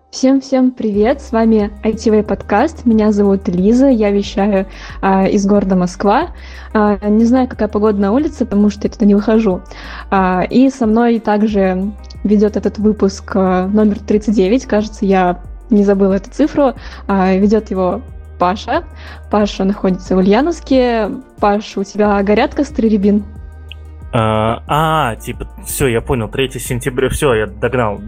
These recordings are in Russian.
Всем привет, с вами ITV подкаст, меня зовут Лиза, я вещаю из города Москва. Не знаю, какая погода на улице, потому что я туда не выхожу. И со мной также ведет этот выпуск номер 39, кажется, я не забыла эту цифру, ведет его Паша. Паша находится в Ульяновске. Паш, у тебя горят костры рябин? Все, я понял, 3 сентября, все, я догнал.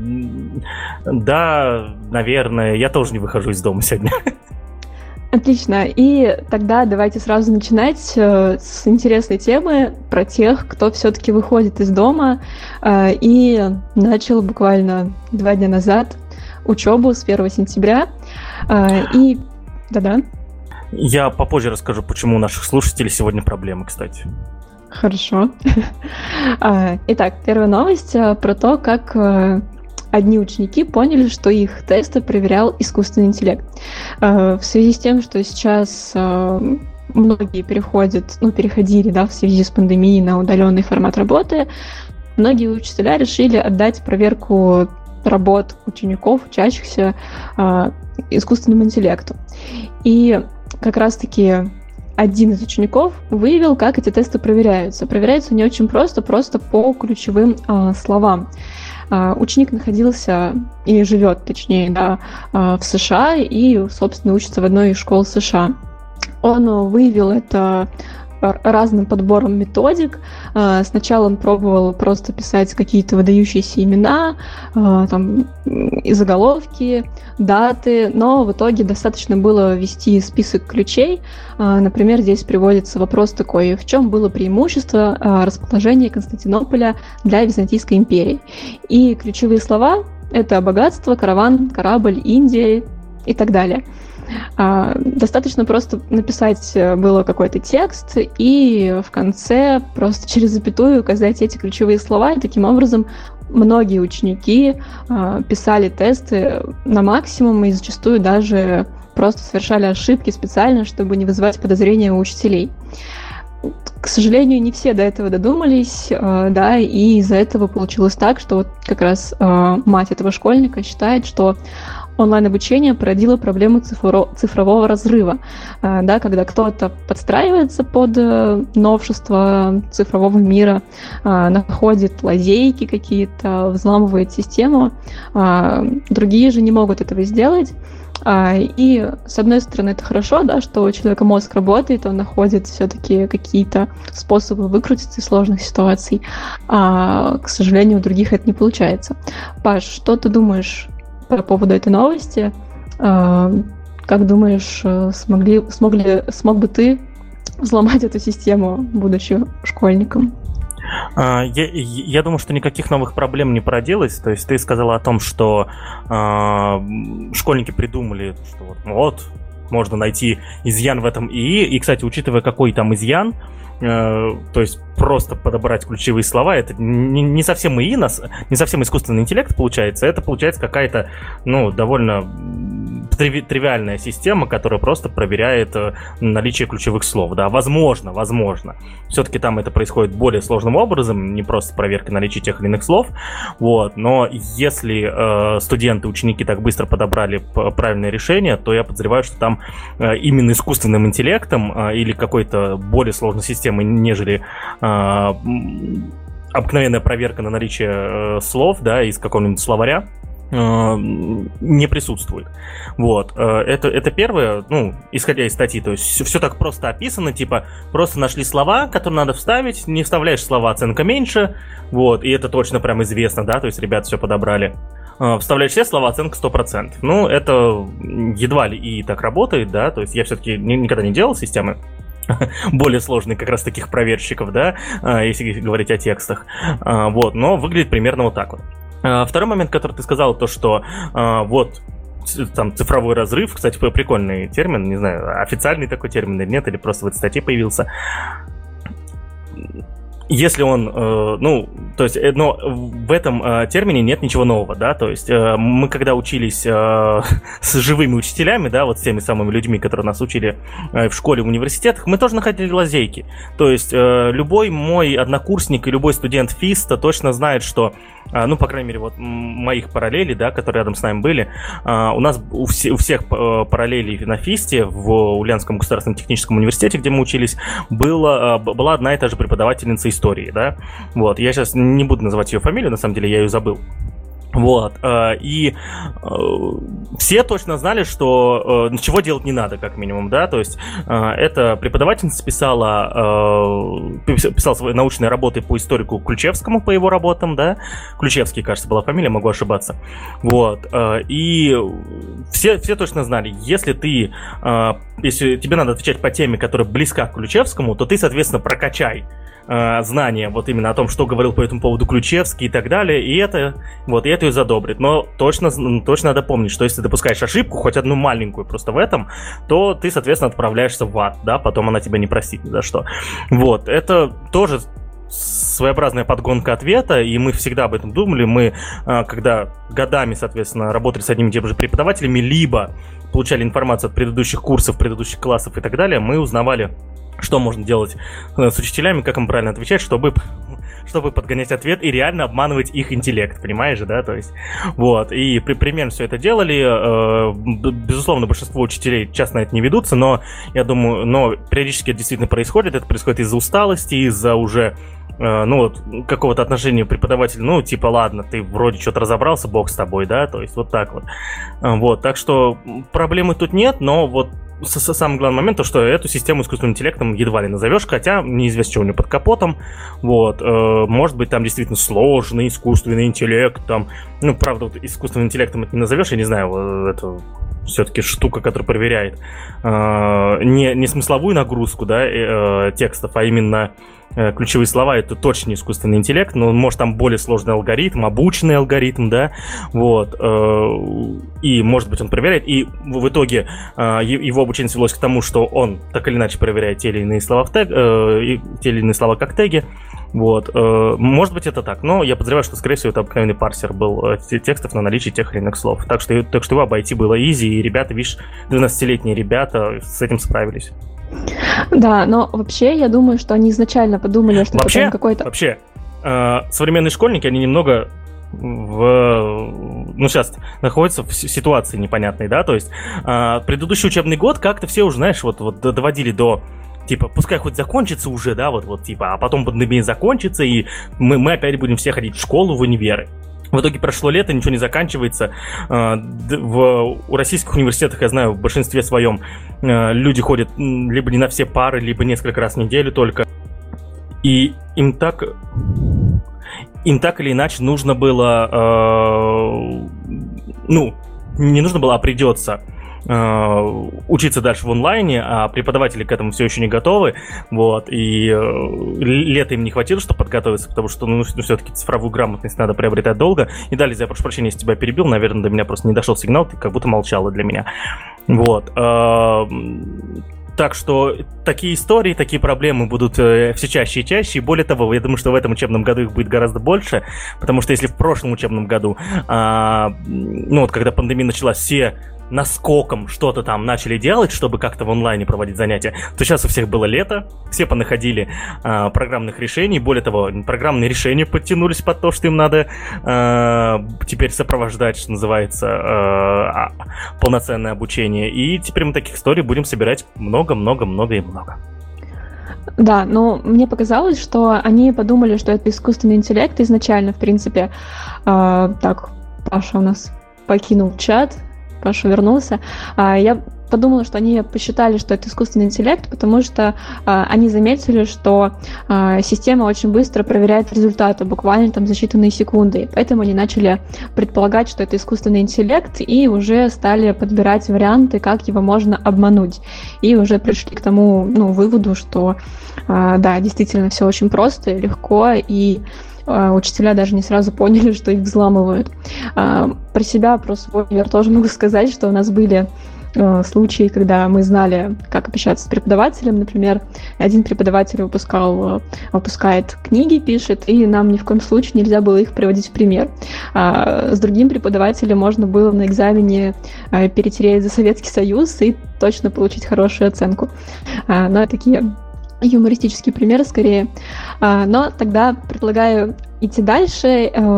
Да, наверное, я тоже не выхожу из дома сегодня. Отлично, и тогда давайте сразу начинать с интересной темы про тех, кто все-таки выходит из дома и начал буквально 2 дня назад учебу с 1 сентября. И да-да. Я попозже расскажу, почему у наших слушателей сегодня проблемы, кстати. Хорошо. Итак, первая новость про то, как одни ученики поняли, что их тесты проверял искусственный интеллект. В связи с тем, что сейчас многие переходили, в связи с пандемией на удаленный формат работы, многие учителя решили отдать проверку работ учеников, учащихся искусственному интеллекту. И как раз-таки один из учеников выявил, как эти тесты проверяются. Проверяются они очень просто по ключевым словам. Ученик находился и живет, точнее, в США и, собственно, учится в одной из школ США. Он выявил это разным подбором методик. Сначала он пробовал просто писать какие-то выдающиеся имена, и заголовки, даты, но в итоге достаточно было ввести список ключей. Например, здесь приводится вопрос такой: в чем было преимущество расположения Константинополя для Византийской империи? И ключевые слова — это богатство, караван, корабль, Индия и так далее. Достаточно просто написать было какой-то текст и в конце просто через запятую указать эти ключевые слова, и таким образом многие ученики писали тесты на максимум и зачастую даже просто совершали ошибки специально, чтобы не вызывать подозрения у учителей. К сожалению, не все до этого додумались, и из-за этого получилось так, что вот как раз мать этого школьника считает, что онлайн-обучение породило проблему цифрового разрыва, когда кто-то подстраивается под новшества цифрового мира, находит лазейки какие-то, взламывает систему, другие же не могут этого сделать. И, с одной стороны, это хорошо, что у человека мозг работает, он находит все-таки какие-то способы выкрутиться из сложных ситуаций, а, к сожалению, у других это не получается. Паш, что ты думаешь по поводу этой новости? Как думаешь, смог бы ты взломать эту систему, будучи школьником? Я думаю, что никаких новых проблем не породилось. То есть ты сказала о том, что школьники придумали, что вот можно найти изъян в этом ИИ. И, кстати, учитывая, какой там изъян, то есть просто подобрать ключевые слова, это не совсем ИИ, не совсем искусственный интеллект получается, это получается какая-то, довольно тривиальная система, которая просто проверяет наличие ключевых слов, возможно. Все-таки там это происходит более сложным образом, не просто проверка наличия тех или иных слов, но если студенты, ученики так быстро подобрали правильное решение, то я подозреваю, что там именно искусственным интеллектом или какой-то более сложной системой, нежели обыкновенная проверка на наличие слов, из какого-нибудь словаря, не присутствует. Это первое, исходя из статьи, то есть все так просто описано, просто нашли слова, которые надо вставить, не вставляешь слова, оценка меньше, и это точно прям известно, то есть ребята все подобрали. Вставляешь все слова, оценка 100%. Это едва ли и так работает, то есть я все-таки никогда не делал системы более сложные как раз таких проверщиков, если говорить о текстах, но выглядит примерно вот так вот. Второй момент, который ты сказал, то что там цифровой разрыв, кстати, прикольный термин, не знаю, официальный такой термин или нет, или просто в этой статье появился. Если он, но в этом термине нет ничего нового, то есть мы когда учились с живыми учителями, с теми самыми людьми, которые нас учили в школе, в университетах, мы тоже находили лазейки. То есть любой мой однокурсник и любой студент ФИСТа точно знает, что ну, по крайней мере, вот моих параллелей, да, которые рядом с нами были, у нас у всех параллелей на ФИСТе в Ульяновском государственном техническом университете, где мы учились, была одна и та же преподавательница истории, да, вот, я сейчас не буду называть ее фамилию, на самом деле я ее забыл. Вот, и все точно знали, что ничего делать не надо, как минимум, да, то есть эта преподавательница писала свои научные работы по историку Ключевскому, по его работам, да, Ключевский, кажется, была фамилия, могу ошибаться, вот, и все точно знали, если тебе надо отвечать по теме, которая близка к Ключевскому, то ты, соответственно, прокачай знания вот именно о том, что говорил по этому поводу Ключевский и так далее, и это ее задобрит. Но точно надо помнить, что если ты допускаешь ошибку, хоть одну маленькую просто в этом, то ты, соответственно, отправляешься в ад, да, потом она тебя не простит ни за что. Вот, это тоже своеобразная подгонка ответа, и мы всегда об этом думали. Мы, когда годами, соответственно, работали с одними и теми же преподавателями, либо получали информацию от предыдущих курсов, предыдущих классов и так далее, мы узнавали, что можно делать с учителями, как им правильно отвечать, чтобы подгонять ответ и реально обманывать их интеллект, понимаешь же, да, то есть, вот, и примерно все это делали, безусловно, большинство учителей часто на это не ведутся, но, я думаю, периодически это действительно происходит, это происходит из-за усталости, из-за уже какого-то отношения преподавателя, типа, ладно, ты вроде что-то разобрался, бог с тобой, да, то есть, вот так вот. Вот, так что проблемы тут нет, но вот самый главный момент, то, что эту систему искусственным интеллектом едва ли назовешь, хотя неизвестно, что у нее под капотом, вот, может быть, там действительно сложный искусственный интеллект, там, правда, вот искусственным интеллектом это не назовешь, я не знаю, это все-таки штука, которая проверяет не смысловую нагрузку, да, текстов, а именно ключевые слова, это точно не искусственный интеллект, но может там более сложный алгоритм, обученный алгоритм, да, вот, и может быть он проверяет, и в итоге его обучение свелось к тому, что он так или иначе проверяет те или иные слова как теги, вот, может быть это так, но я подозреваю, что скорее всего это обыкновенный парсер был текстов на наличие тех или иных слов, так что его обойти было изи, и ребята, видишь, 12-летние ребята с этим справились. Да, но вообще я думаю, что они изначально подумали, что вообще, это какой-то... Вообще, современные школьники, они немного сейчас находятся в ситуации непонятной, да, то есть предыдущий учебный год как-то все уже, знаешь, вот доводили до, типа, пускай хоть закончится уже, да, вот типа, а потом пандемия закончится, и мы опять будем все ходить в школу, в универы. В итоге прошло лето, ничего не заканчивается. У российских университетах, я знаю, в большинстве своем люди ходят либо не на все пары, либо несколько раз в неделю только. И им так или иначе нужно было... не нужно было, а придется учиться дальше в онлайне, а преподаватели к этому все еще не готовы, вот, и лета им не хватило, чтобы подготовиться, потому что, все-таки цифровую грамотность надо приобретать долго. И далее, я прошу прощения, если тебя перебил, наверное, до меня просто не дошел сигнал, ты как будто молчала для меня, вот. Так что такие истории, такие проблемы будут все чаще и чаще, и более того, я думаю, что в этом учебном году их будет гораздо больше, потому что если в прошлом учебном году, когда пандемия началась, все наскоком что-то там начали делать, чтобы как-то в онлайне проводить занятия, то сейчас у всех было лето, все понаходили программных решений, более того, программные решения подтянулись под то, что им надо теперь сопровождать, что называется, полноценное обучение, и теперь мы таких историй будем собирать много-много-много и много. Да, но мне показалось, что они подумали, что это искусственный интеллект изначально, в принципе. Так, Паша у нас покинул чат, Паша вернулся. Я подумала, что они посчитали, что это искусственный интеллект, потому что они заметили, что система очень быстро проверяет результаты, буквально там за считанные секунды. Поэтому они начали предполагать, что это искусственный интеллект, и уже стали подбирать варианты, как его можно обмануть. И уже пришли к тому выводу, что да, действительно все очень просто и легко, и учителя даже не сразу поняли, что их взламывают. Про себя, про свой универ тоже могу сказать, что у нас были случаи, когда мы знали, как общаться с преподавателем. Например, один преподаватель выпускает книги, пишет, и нам ни в коем случае нельзя было их приводить в пример. С другим преподавателем можно было на экзамене перетереть за Советский Союз и точно получить хорошую оценку. Но такие юмористические примеры скорее. Но тогда предлагаю идти дальше.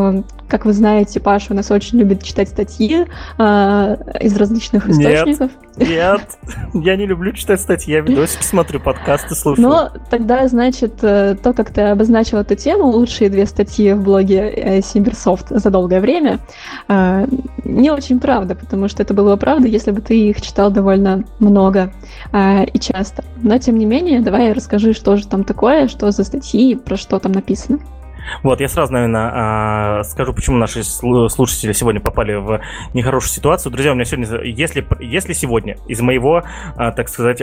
Как вы знаете, Паша у нас очень любит читать статьи из различных источников. Нет, я не люблю читать статьи, я видосики смотрю, подкасты слушаю. Но тогда, значит, то, как ты обозначил эту тему, лучшие 2 статьи в блоге Симберсофт за долгое время, не очень правда, потому что это было бы правда, если бы ты их читал довольно много и часто. Но, тем не менее, давай расскажи, что же там такое, что за статьи, про что там написано. Вот, я сразу, наверное, скажу, почему наши слушатели сегодня попали в нехорошую ситуацию. Друзья, у меня сегодня, если сегодня из моего, так сказать,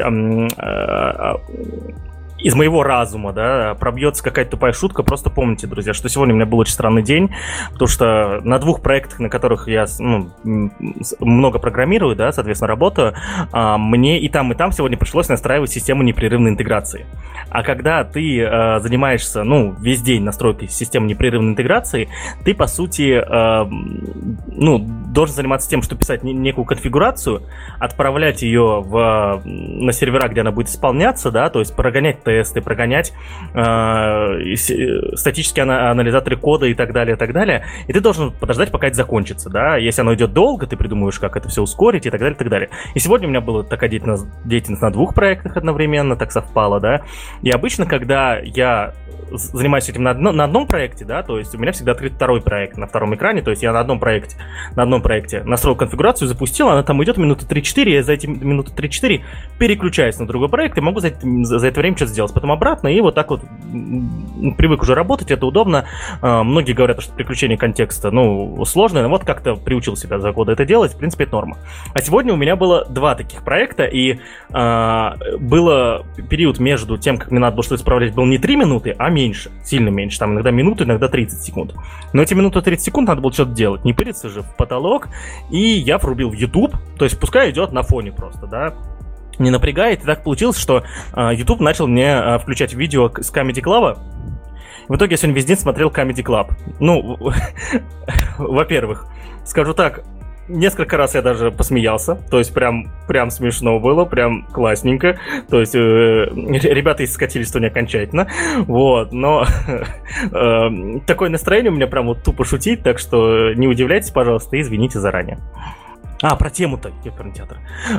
из моего разума, да, пробьется какая-то тупая шутка, просто помните, друзья, что сегодня у меня был очень странный день, потому что на 2 проектах, на которых я много программирую, да, соответственно, работаю, мне и там сегодня пришлось настраивать систему непрерывной интеграции. А когда ты занимаешься, весь день настройкой системы непрерывной интеграции, ты, по сути, должен заниматься тем, что писать некую конфигурацию, отправлять ее на сервера, где она будет исполняться, да, то есть прогонять тесты, прогонять статические анализаторы кода и так далее, и так далее. И ты должен подождать, пока это закончится, да. Если оно идет долго, ты придумаешь, как это все ускорить и так далее, и так далее. И сегодня у меня была такая деятельность на 2 проектах одновременно, так совпало, да. И обычно, когда я занимаюсь этим на одном проекте, да, то есть у меня всегда открыт 2 проект на 2 экране, то есть я на одном проекте настроил конфигурацию, запустил, она там идет минуты 3-4, я за эти минуты 3-4 переключаюсь на другой проект и могу за это время что-то сделать, потом обратно, и вот так вот привык уже работать, это удобно. Многие говорят, что переключение контекста, сложное, но вот как-то приучил себя за годы это делать, в принципе, это норма. А сегодня у меня было 2 таких проекта, и было период между тем, как мне надо было что-то исправлять, был не 3 минуты, а меньше, сильно меньше, там иногда минуту, иногда 30 секунд. Но эти минуты 30 секунд надо было что-то делать, не пыриться же в потолок, и я врубил в YouTube, то есть пускай идет на фоне просто, да, не напрягает, и так получилось, что YouTube начал мне включать видео с Comedy Club. В итоге я сегодня весь день смотрел Comedy Club. Во-первых, скажу так, несколько раз я даже посмеялся, то есть прям смешно было, прям классненько, то есть ребята искатились то не окончательно, вот, но такое настроение у меня прям вот тупо шутить, так что не удивляйтесь, пожалуйста, и извините заранее. Про тему-то, оперный театр.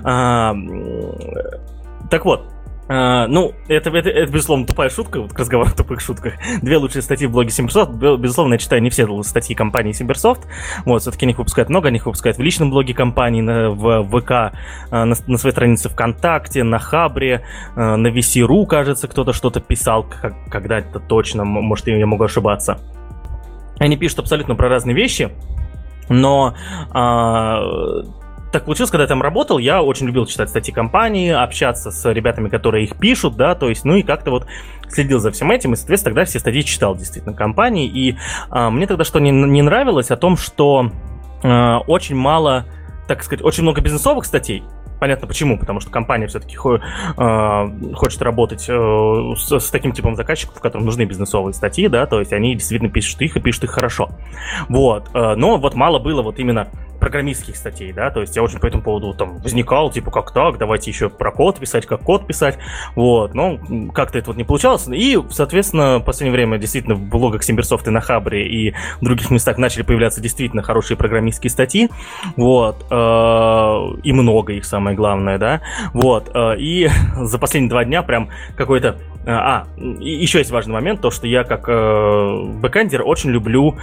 Так вот, это, безусловно, тупая шутка, вот к разговору о тупых шутках. 2 лучшие статьи в блоге Симберсофт. Безусловно, я читаю не все статьи компании Симберсофт. Вот, все-таки они их выпускают много, они их выпускают в личном блоге компании, в ВК, на своей странице ВКонтакте, на Хабре, на VC.ru, кажется, кто-то что-то писал, когда это точно, может, я могу ошибаться. Они пишут абсолютно про разные вещи, но... Так получилось, когда я там работал, я очень любил читать статьи компании, общаться с ребятами, которые их пишут, да, то есть, и как-то вот следил за всем этим, и, соответственно, тогда все статьи читал, действительно, компании, и мне тогда что не нравилось, о том, что очень мало, так сказать, очень много бизнесовых статей. Понятно почему, потому что компания все-таки хочет работать с таким типом заказчиков, которым нужны бизнесовые статьи, да, то есть они действительно пишут их и пишут их хорошо. Вот, но вот мало было вот именно программистских статей, да, то есть я очень по этому поводу там возникал, типа, как так, давайте еще про код писать, как код писать, вот, но как-то это вот не получалось, и, соответственно, в последнее время действительно в блогах Симберсофт и на Хабре и в других местах начали появляться действительно хорошие программистские статьи, вот, и много их, самое главное, да, вот, и за последние 2 дня прям какой-то еще есть важный момент, то, что я как бэкэндер очень люблю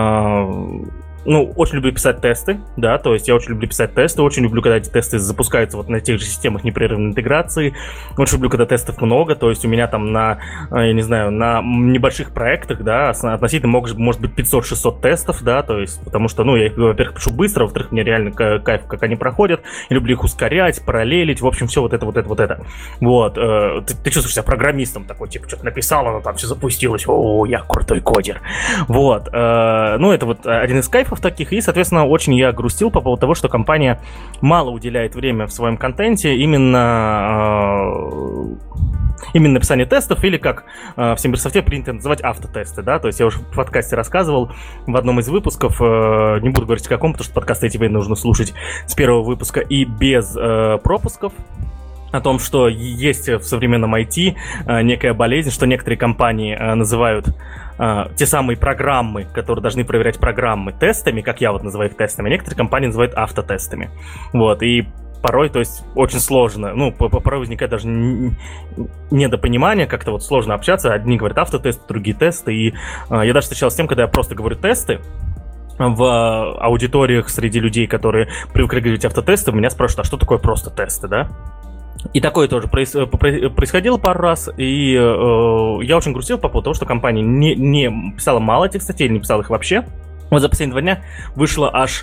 очень люблю писать тесты, да, то есть я очень люблю писать тесты, очень люблю, когда эти тесты запускаются вот на тех же системах непрерывной интеграции, очень люблю, когда тестов много, то есть у меня там на небольших проектах, да, относительно может быть 500-600 тестов, да, то есть, потому что, я их, во-первых, пишу быстро, во-вторых, мне реально кайф, как они проходят, я люблю их ускорять, параллелить, в общем, все вот это. Вот, ты чувствуешь себя программистом такой, типа, что-то написал, оно там все запустилось, я крутой кодер, вот, это вот один из кайфов таких, и, соответственно, очень я грустил по поводу того, что компания мало уделяет время в своем контенте именно написанию тестов, или как в Симберсофте принято называть автотесты, да, то есть я уже в подкасте рассказывал в одном из выпусков, не буду говорить о каком, потому что подкасты тебе нужно слушать с первого выпуска и без пропусков, о том, что есть в современном IT некая болезнь, что некоторые компании называют те самые программы, которые должны проверять программы тестами, как я вот называю их тестами, некоторые компании называют автотестами. Вот, и порой, то есть, очень сложно, ну, порой возникает даже недопонимание, как-то вот сложно общаться, одни говорят автотесты, другие тесты, и я даже встречался с тем, когда я просто говорю тесты, в аудиториях среди людей, которые привыкли говорить автотесты, меня спрашивают, а что такое просто тесты, да? И такое тоже происходило пару раз, и я очень грустил по поводу того, что компания не писала мало этих статей, не писала их вообще. Вот за последние 2 дня вышло аж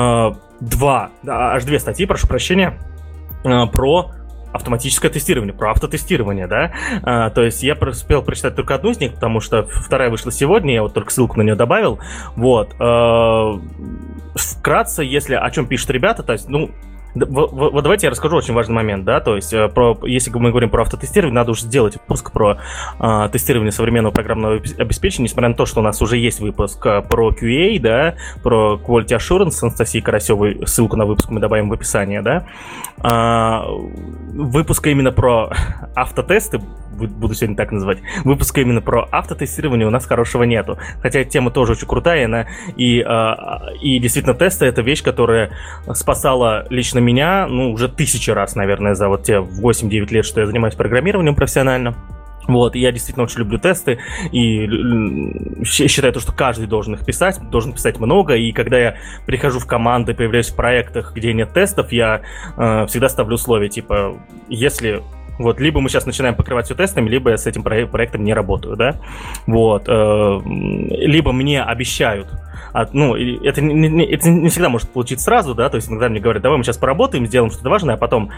2 статьи, прошу прощения, про автоматическое тестирование, про автотестирование, да, то есть я успел прочитать только одну из них, потому что вторая вышла сегодня, я вот только ссылку на нее добавил, вот, вкратце, если о чем пишут ребята, то есть, ну, вот давайте я расскажу очень важный момент, да, то есть если мы говорим про автотестирование, надо уже сделать выпуск про тестирование современного программного обеспечения, несмотря на то, что у нас уже есть выпуск про QA, да, про Quality Assurance с Анастасией Карасевой, ссылку на выпуск мы добавим в описание, да, выпуска именно про автотесты, буду сегодня так называть, выпуска именно про автотестирование у нас хорошего нету, хотя тема тоже очень крутая, и действительно тесты — это вещь, которая спасала лично меня, ну, уже 1000 раз, наверное, за вот те 8-9 лет, что я занимаюсь программированием профессионально. Вот, и я действительно очень люблю тесты, и считаю то, что каждый должен их писать, должен писать много, и когда я прихожу в команды, появляюсь в проектах, где нет тестов, я всегда ставлю условия, типа, если... Вот, либо мы сейчас начинаем покрывать все тестами, либо я с этим проектом не работаю, да, вот, либо мне обещают, ну, это не всегда может получиться сразу, да, то есть иногда мне говорят, давай мы сейчас поработаем, сделаем что-то важное, а потом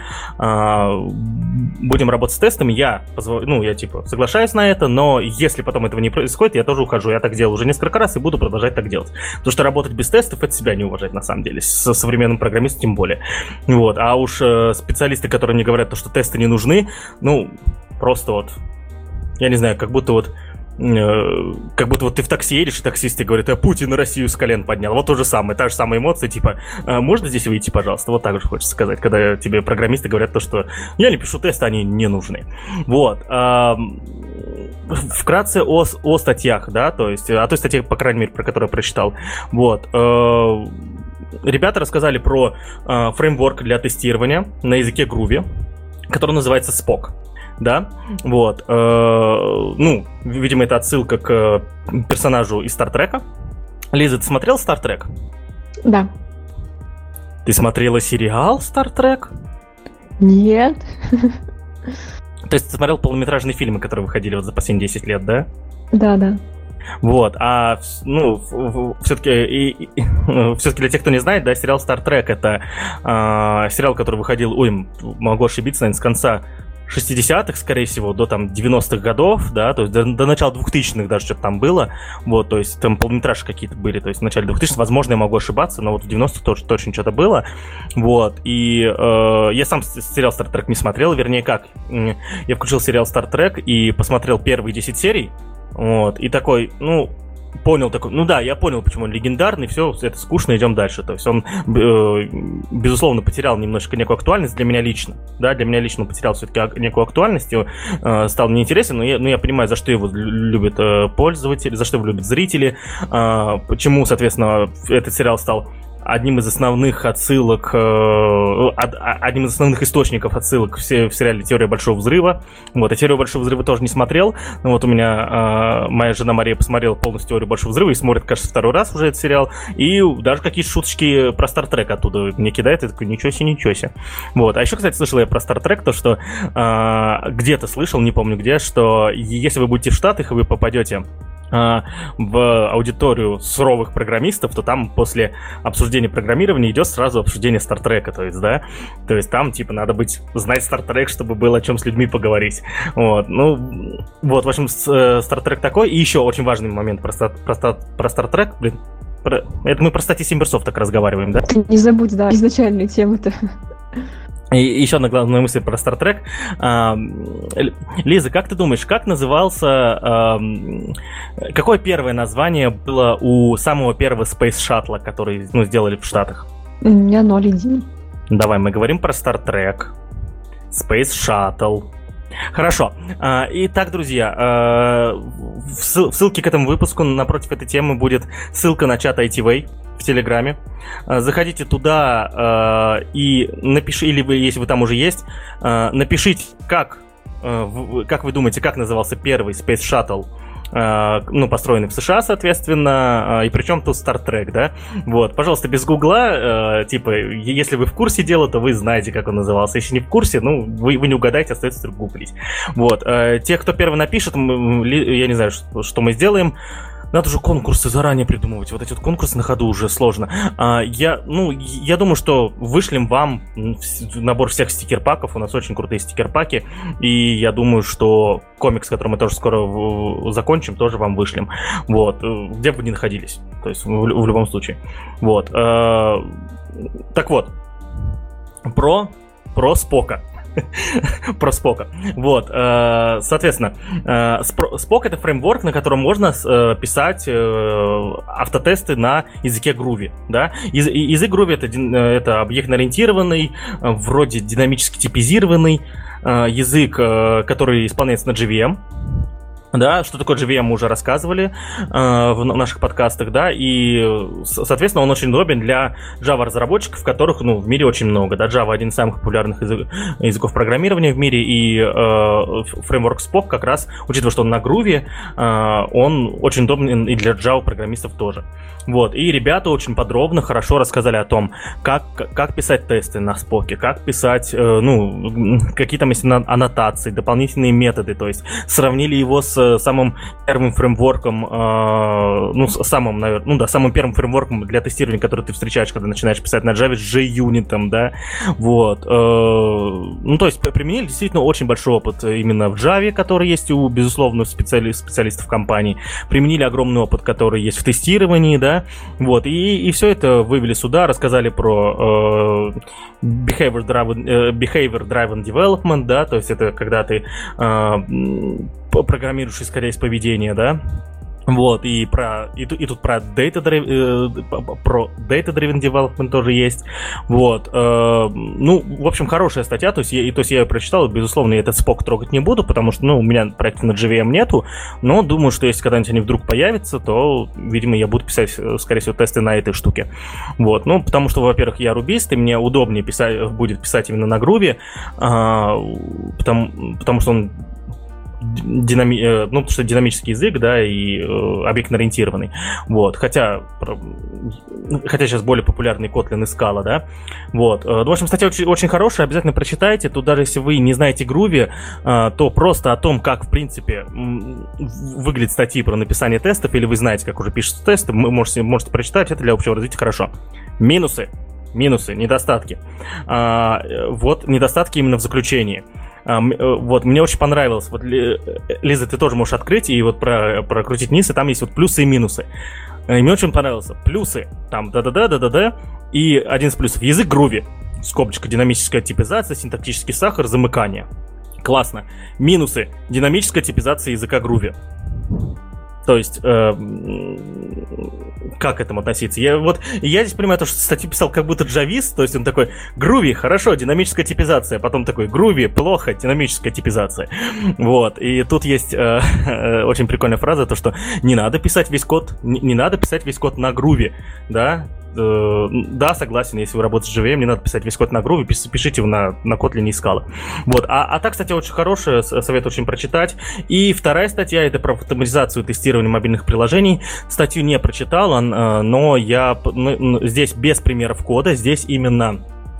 будем работать с тестами, я типа соглашаюсь на это, но если потом этого не происходит, я тоже ухожу, я так делал уже несколько раз и буду продолжать так делать, потому что работать без тестов — это себя не уважать на самом деле, со современным программистом тем более, вот, а уж специалисты, которые мне говорят, что тесты не нужны, ну, просто вот, я не знаю, как будто вот ты в такси едешь, и таксист тебе говорит, Путин Россию с колен поднял. Вот то же самое, та же самая эмоция, типа, можно здесь выйти, пожалуйста? Вот так же хочется сказать, когда тебе программисты говорят то, что я не пишу тесты, они не нужны. Вот. Вкратце о статьях, да, то есть о той статье, по крайней мере, про которую я прочитал. Вот. Ребята рассказали про фреймворк для тестирования на языке Groovy, который называется Spock. Да, вот, ну, видимо, это отсылка к персонажу из Стартрека. Лиза, ты смотрел Стартрек? Да. Ты смотрела сериал Стартрек? Нет. То есть ты смотрел полнометражные фильмы, которые выходили вот за последние 10 лет, да? Да. Вот, ну, все-таки для тех, кто не знает, да, сериал Стартрек — это сериал, который выходил, могу ошибиться, наверное, с конца 60-х, скорее всего, до там 90-х годов, да, то есть до начала 2000-х даже что-то там было, вот, то есть там полнометражки какие-то были, то есть в начале 2000-х, возможно, я могу ошибаться, но вот в 90-х тоже точно что-то было, вот, и я сам сериал Star Trek не смотрел, вернее как, я включил сериал Star Trek и посмотрел первые 10 серий, вот, и такой, ну, я понял, почему он легендарный, все, это скучно, идем дальше. То есть он, безусловно, потерял немножко некую актуальность для меня лично. Да, для меня лично он потерял все-таки некую актуальность, стал неинтересен, но я понимаю, за что его любят пользователи, за что его любят зрители, почему, соответственно, этот сериал стал одним из основных отсылок, одним из основных источников отсылок в сериале «Теория Большого Взрыва». Вот, а «Теорию Большого Взрыва» тоже не смотрел. Но вот у меня моя жена Мария посмотрела полностью «Теорию Большого Взрыва» и смотрит, кажется, второй раз уже этот сериал. И даже какие-то шуточки про Стартрек оттуда мне кидает, и такой, ничего себе. Вот. А еще, кстати, слышал я про Стартрек, то, что где-то слышал, не помню где, что если вы будете в Штатах и вы попадете в аудиторию суровых программистов, то там после обсуждения программирования идет сразу обсуждение Стартрека, то есть там типа надо знать Стартрек, чтобы было о чем с людьми поговорить. Вот, ну, вот, в общем, Стартрек такой. И еще очень важный момент про Стартрек, это мы про статьи Симберсофт так разговариваем, да? Ты не забудь, да, изначальную тему-то. И еще одна главная мысль про Star Trek. Лиза, как ты думаешь, как назывался... какое первое название было у самого первого Space Shuttle, который сделали в Штатах? У меня 0.1. Давай, мы говорим про Star Trek, Space Shuttle, Хорошо. Итак, друзья, в ссылке к этому выпуску напротив этой темы будет ссылка на чат ITV в Телеграме. Заходите туда и напишите, или вы, если вы там уже есть, напишите, как вы думаете, как назывался первый Space Shuttle, построенный в США, соответственно, и причем тут Star Trek, да? Вот, пожалуйста, без гугла, если вы в курсе дела, то вы знаете, как он назывался. Если не в курсе, вы не угадаете, остается только гуглить. Вот, те, кто первый напишет, я не знаю, что мы сделаем. Надо же конкурсы заранее придумывать. Вот эти вот конкурсы на ходу уже сложно. Я думаю, что вышлем вам набор всех стикер-паков. У нас очень крутые стикер-паки. И я думаю, что комикс, который мы тоже скоро закончим, тоже вам вышлем. Вот. Где бы вы ни находились. То есть в любом случае. Вот. Так вот. Про Спока. Про Спока. Вот, соответственно, Спок — это фреймворк, на котором можно писать автотесты на языке Groovy, да? Язык Groovy — это объектно-ориентированный, вроде динамически типизированный язык, который исполняется на JVM. Да, что такое JVM мы уже рассказывали в наших подкастах, да, и, соответственно, он очень удобен для Java-разработчиков, которых, в мире очень много, да, Java — один из самых популярных языков программирования в мире, и фреймворк Spock как раз, учитывая, что он на Groovy, он очень удобен и для Java-программистов тоже. Вот, и ребята очень подробно, хорошо рассказали о том, как писать тесты на Spock, как писать, какие там есть аннотации, дополнительные методы, то есть сравнили его с самым первым фреймворком, самым первым фреймворком для тестирования, который ты встречаешь, когда начинаешь писать на Java, с JUnit, да, вот. То есть применили действительно очень большой опыт именно в Java, который есть у, безусловно, специалистов компании, применили огромный опыт, который есть в тестировании, да, вот, и все это вывели сюда, рассказали про behavior-driven development, да, то есть это когда ты программируешь, исходя из поведения, да, вот, и тут про data-driven development тоже есть, вот, в общем, хорошая статья, то есть я ее прочитал, безусловно, я этот Spock трогать не буду, потому что, у меня проектов на JVM нету, но думаю, что если когда-нибудь они вдруг появятся, то, видимо, я буду писать, скорее всего, тесты на этой штуке, вот, потому что, во-первых, я рубист, и мне удобнее будет писать именно на Groovy, потому что он потому что динамический язык, да, и объектно-ориентированный. Вот. Хотя сейчас более популярный Kotlin и Scala, да. Вот. В общем, статья очень хорошая, обязательно прочитайте. Тут даже если вы не знаете Groovy, то просто о том, как, в принципе, выглядят статьи про написание тестов, или вы знаете, как уже пишутся тесты, вы можете прочитать, это для общего развития хорошо. Минусы, недостатки. Вот недостатки именно в заключении. Вот, мне очень понравилось. Вот, Лиза, ты тоже можешь открыть и вот прокрутить вниз, и там есть вот плюсы и минусы. И мне очень понравился. Плюсы, там да-да-да, и один из плюсов. Язык Groovy, скобочка, динамическая типизация, синтактический сахар, замыкание. Классно. Минусы, динамическая типизация языка Groovy. То есть, как к этому относиться? Я здесь понимаю то, что статью писал как будто джавист, то есть он такой: Groovy, хорошо, динамическая типизация, потом такой: Groovy, плохо, динамическая типизация. Вот, и тут есть очень прикольная фраза, то, что не надо писать весь код на Groovy, да? Да, согласен, если вы работаете с JVM, не надо писать весь код на Groovy, пишите его на Kotlin и Scala. Вот, а так, кстати, очень хорошая, советую очень прочитать. И вторая статья — это про автоматизацию тестирования мобильных приложений. Статью не прочитал, но здесь без примеров кода, здесь именно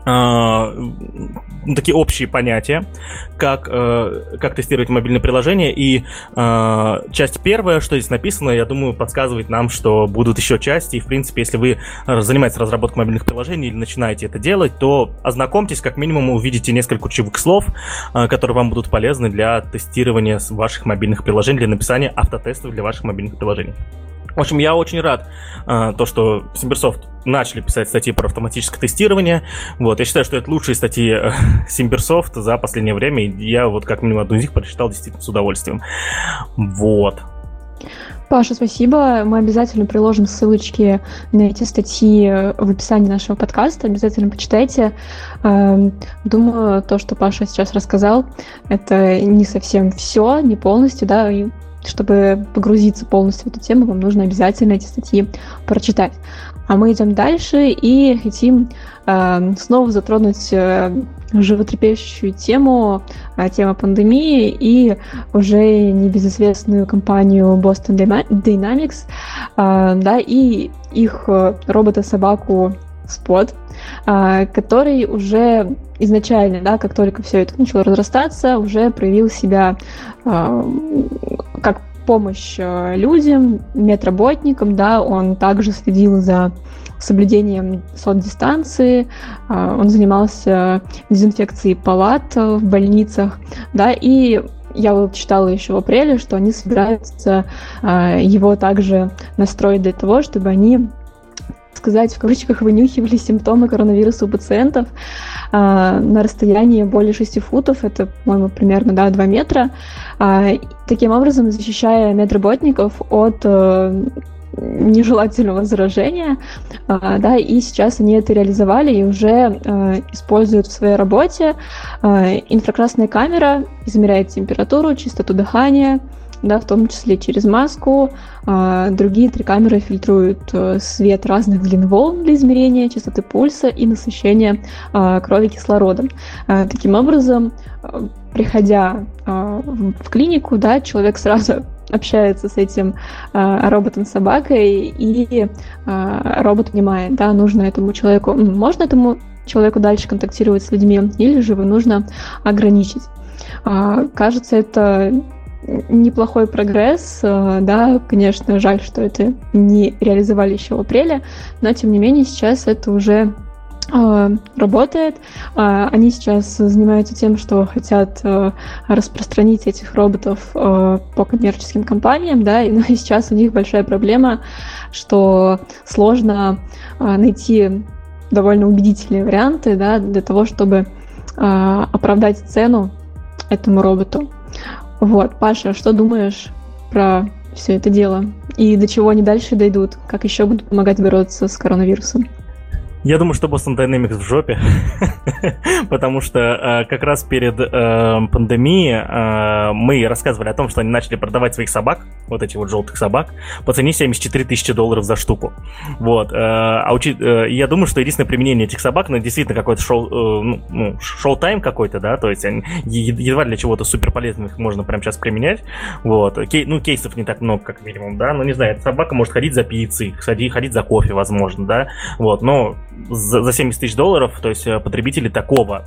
такие общие понятия, как тестировать мобильное приложение. И часть первая, что здесь написано, я думаю, подсказывает нам, что будут еще части. И, в принципе, если вы занимаетесь разработкой мобильных приложений или начинаете это делать, то ознакомьтесь, как минимум увидите несколько ключевых слов, которые вам будут полезны для тестирования ваших мобильных приложений, для написания автотестов для ваших мобильных приложений. В общем, я очень рад, что Симберсофт начали писать статьи про автоматическое тестирование. Вот, я считаю, что это лучшие статьи Симберсофт за последнее время. И я как минимум одну из них прочитал действительно с удовольствием. Вот. Паша, спасибо. Мы обязательно приложим ссылочки на эти статьи в описании нашего подкаста. Обязательно почитайте. Думаю, то, что Паша сейчас рассказал, это не совсем все, не полностью, да, и чтобы погрузиться полностью в эту тему, вам нужно обязательно эти статьи прочитать. А мы идем дальше и хотим снова затронуть животрепещущую тему пандемии и уже небезызвестную компанию Boston Dynamics, да, и их робота-собаку Spot, который уже изначально, да, как только все это начало разрастаться, уже проявил себя как помощь людям, медработникам, да, он также следил за соблюдением соцдистанции, он занимался дезинфекцией палат в больницах, да, и я вот читала еще в апреле, что они собираются его также настроить для того, чтобы они, сказать, в кавычках, вынюхивали симптомы коронавируса у пациентов на расстоянии более 6 футов, это, по-моему, примерно, да, 2 метра, таким образом защищая медработников от нежелательного заражения, да, и сейчас они это реализовали и уже используют в своей работе. Инфракрасная камера измеряет температуру, частоту дыхания, да, в том числе через маску. Другие 3 камеры фильтруют свет разных длин волн для измерения частоты пульса и насыщения крови кислородом. Таким образом, приходя в клинику, да, человек сразу общается с этим роботом-собакой, и робот понимает, да, нужно этому человеку, можно этому человеку дальше контактировать с людьми, или же его нужно ограничить. Кажется, это неплохой прогресс, да, конечно, жаль, что это не реализовали еще в апреле, но, тем не менее, сейчас это уже работает. Они сейчас занимаются тем, что хотят распространить этих роботов по коммерческим компаниям, да, но и сейчас у них большая проблема, что сложно найти довольно убедительные варианты, да, для того, чтобы оправдать цену этому роботу. Вот, Паша, что думаешь про все это дело? И до чего они дальше дойдут? Как еще будут помогать бороться с коронавирусом? Я думаю, что Boston Dynamics в жопе, потому что как раз перед пандемией мы рассказывали о том, что они начали продавать своих собак, вот этих вот желтых собак, по цене $74 тысячи за штуку. Вот. Я думаю, что единственное применение этих собак, ну, действительно какой-то шоу-тайм какой-то, да, то есть они едва для чего-то суперполезных можно прямо сейчас применять. Вот. Кейсов не так много, как минимум, да, но не знаю, эта собака может ходить за пиццей, ходить за кофе, возможно, да, вот, но за $70 тысяч, то есть потребители такого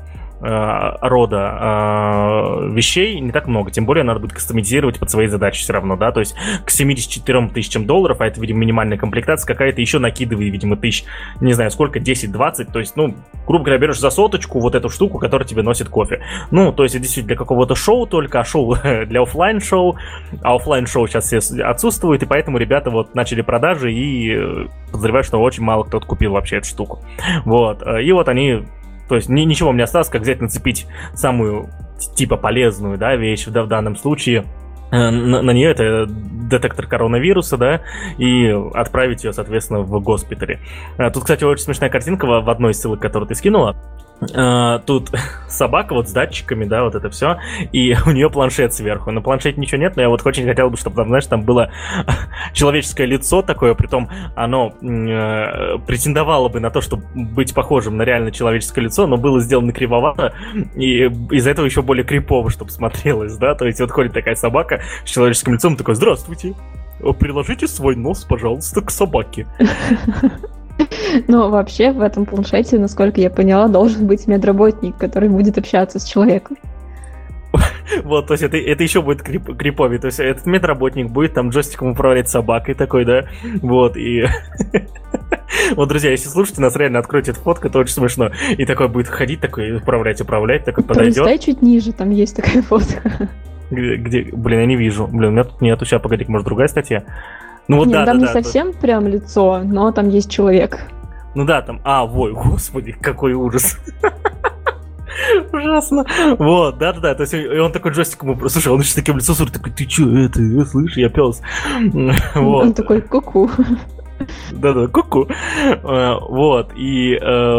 рода вещей не так много, тем более надо будет кастомизировать под свои задачи все равно, да, то есть к $74 тысячам, а это, видимо, минимальная комплектация какая-то, еще накидывай, видимо, тысяч, не знаю, сколько, 10-20, то есть, ну, грубо говоря, берешь за соточку вот эту штуку, которая тебе носит кофе. Ну, то есть, это действительно для какого-то шоу только, а шоу для офлайн-шоу, а офлайн-шоу сейчас все отсутствует, и поэтому ребята вот начали продажи, и подозреваю, что очень мало кто купил вообще эту штуку. Вот, и вот они... То есть ничего мне осталось, как взять, нацепить самую, типа, полезную, да, вещь в данном случае. На нее это детектор коронавируса, да, и отправить ее, соответственно, в госпитале. Тут, кстати, очень смешная картинка в одной из ссылок, которую ты скинула. Тут собака вот с датчиками, да, вот это все, и у нее планшет сверху. На планшете ничего нет, но я вот очень хотел бы, чтобы там, знаешь, там было человеческое лицо такое, притом оно претендовало бы на то, чтобы быть похожим на реально человеческое лицо, но было сделано кривовато, и из-за этого еще более крипово, чтобы смотрелось, да, то есть вот ходит такая собака с человеческим лицом, такой: здравствуйте, приложите свой нос, пожалуйста, к собаке. Ну, вообще, в этом планшете, насколько я поняла, должен быть медработник, который будет общаться с человеком. Вот, то есть это еще будет криповее. То есть этот медработник будет там джойстиком управлять собакой такой, да? Вот, и... Вот, друзья, если слушаете нас, реально откройте эту фотку, это очень смешно. И такой будет ходить, такой управлять, такой подойдет. Пролистай чуть ниже, там есть такая фотка. Где? Блин, я не вижу. Блин, у меня тут нету. Сейчас, погоди, может, другая статья? Ну вот, там не совсем прям лицо, но там есть человек. Ну да, там... ой, господи, какой ужас. ужасно. Вот, да-да-да. То есть и он такой джойстик ему... Слушай, он еще таким лицом такой, ты чё, слышь, я пес. Он такой, ку-ку. Да-да, ку-ку. Вот, и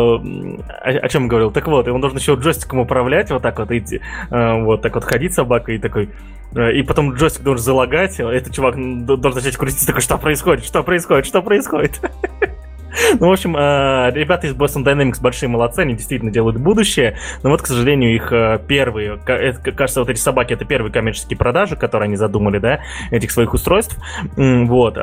о чем я говорил? Так вот, его нужно еще джойстиком управлять, вот так вот идти, вот так вот ходить собакой и такой... И потом джойстик должен залагать, этот чувак должен начать крутиться, такой, что происходит? Ну, в общем, ребята из Boston Dynamics большие молодцы, они действительно делают будущее, но вот, к сожалению, их первые, кажется, вот эти собаки — это первые коммерческие продажи, которые они задумали, да, этих своих устройств, вот,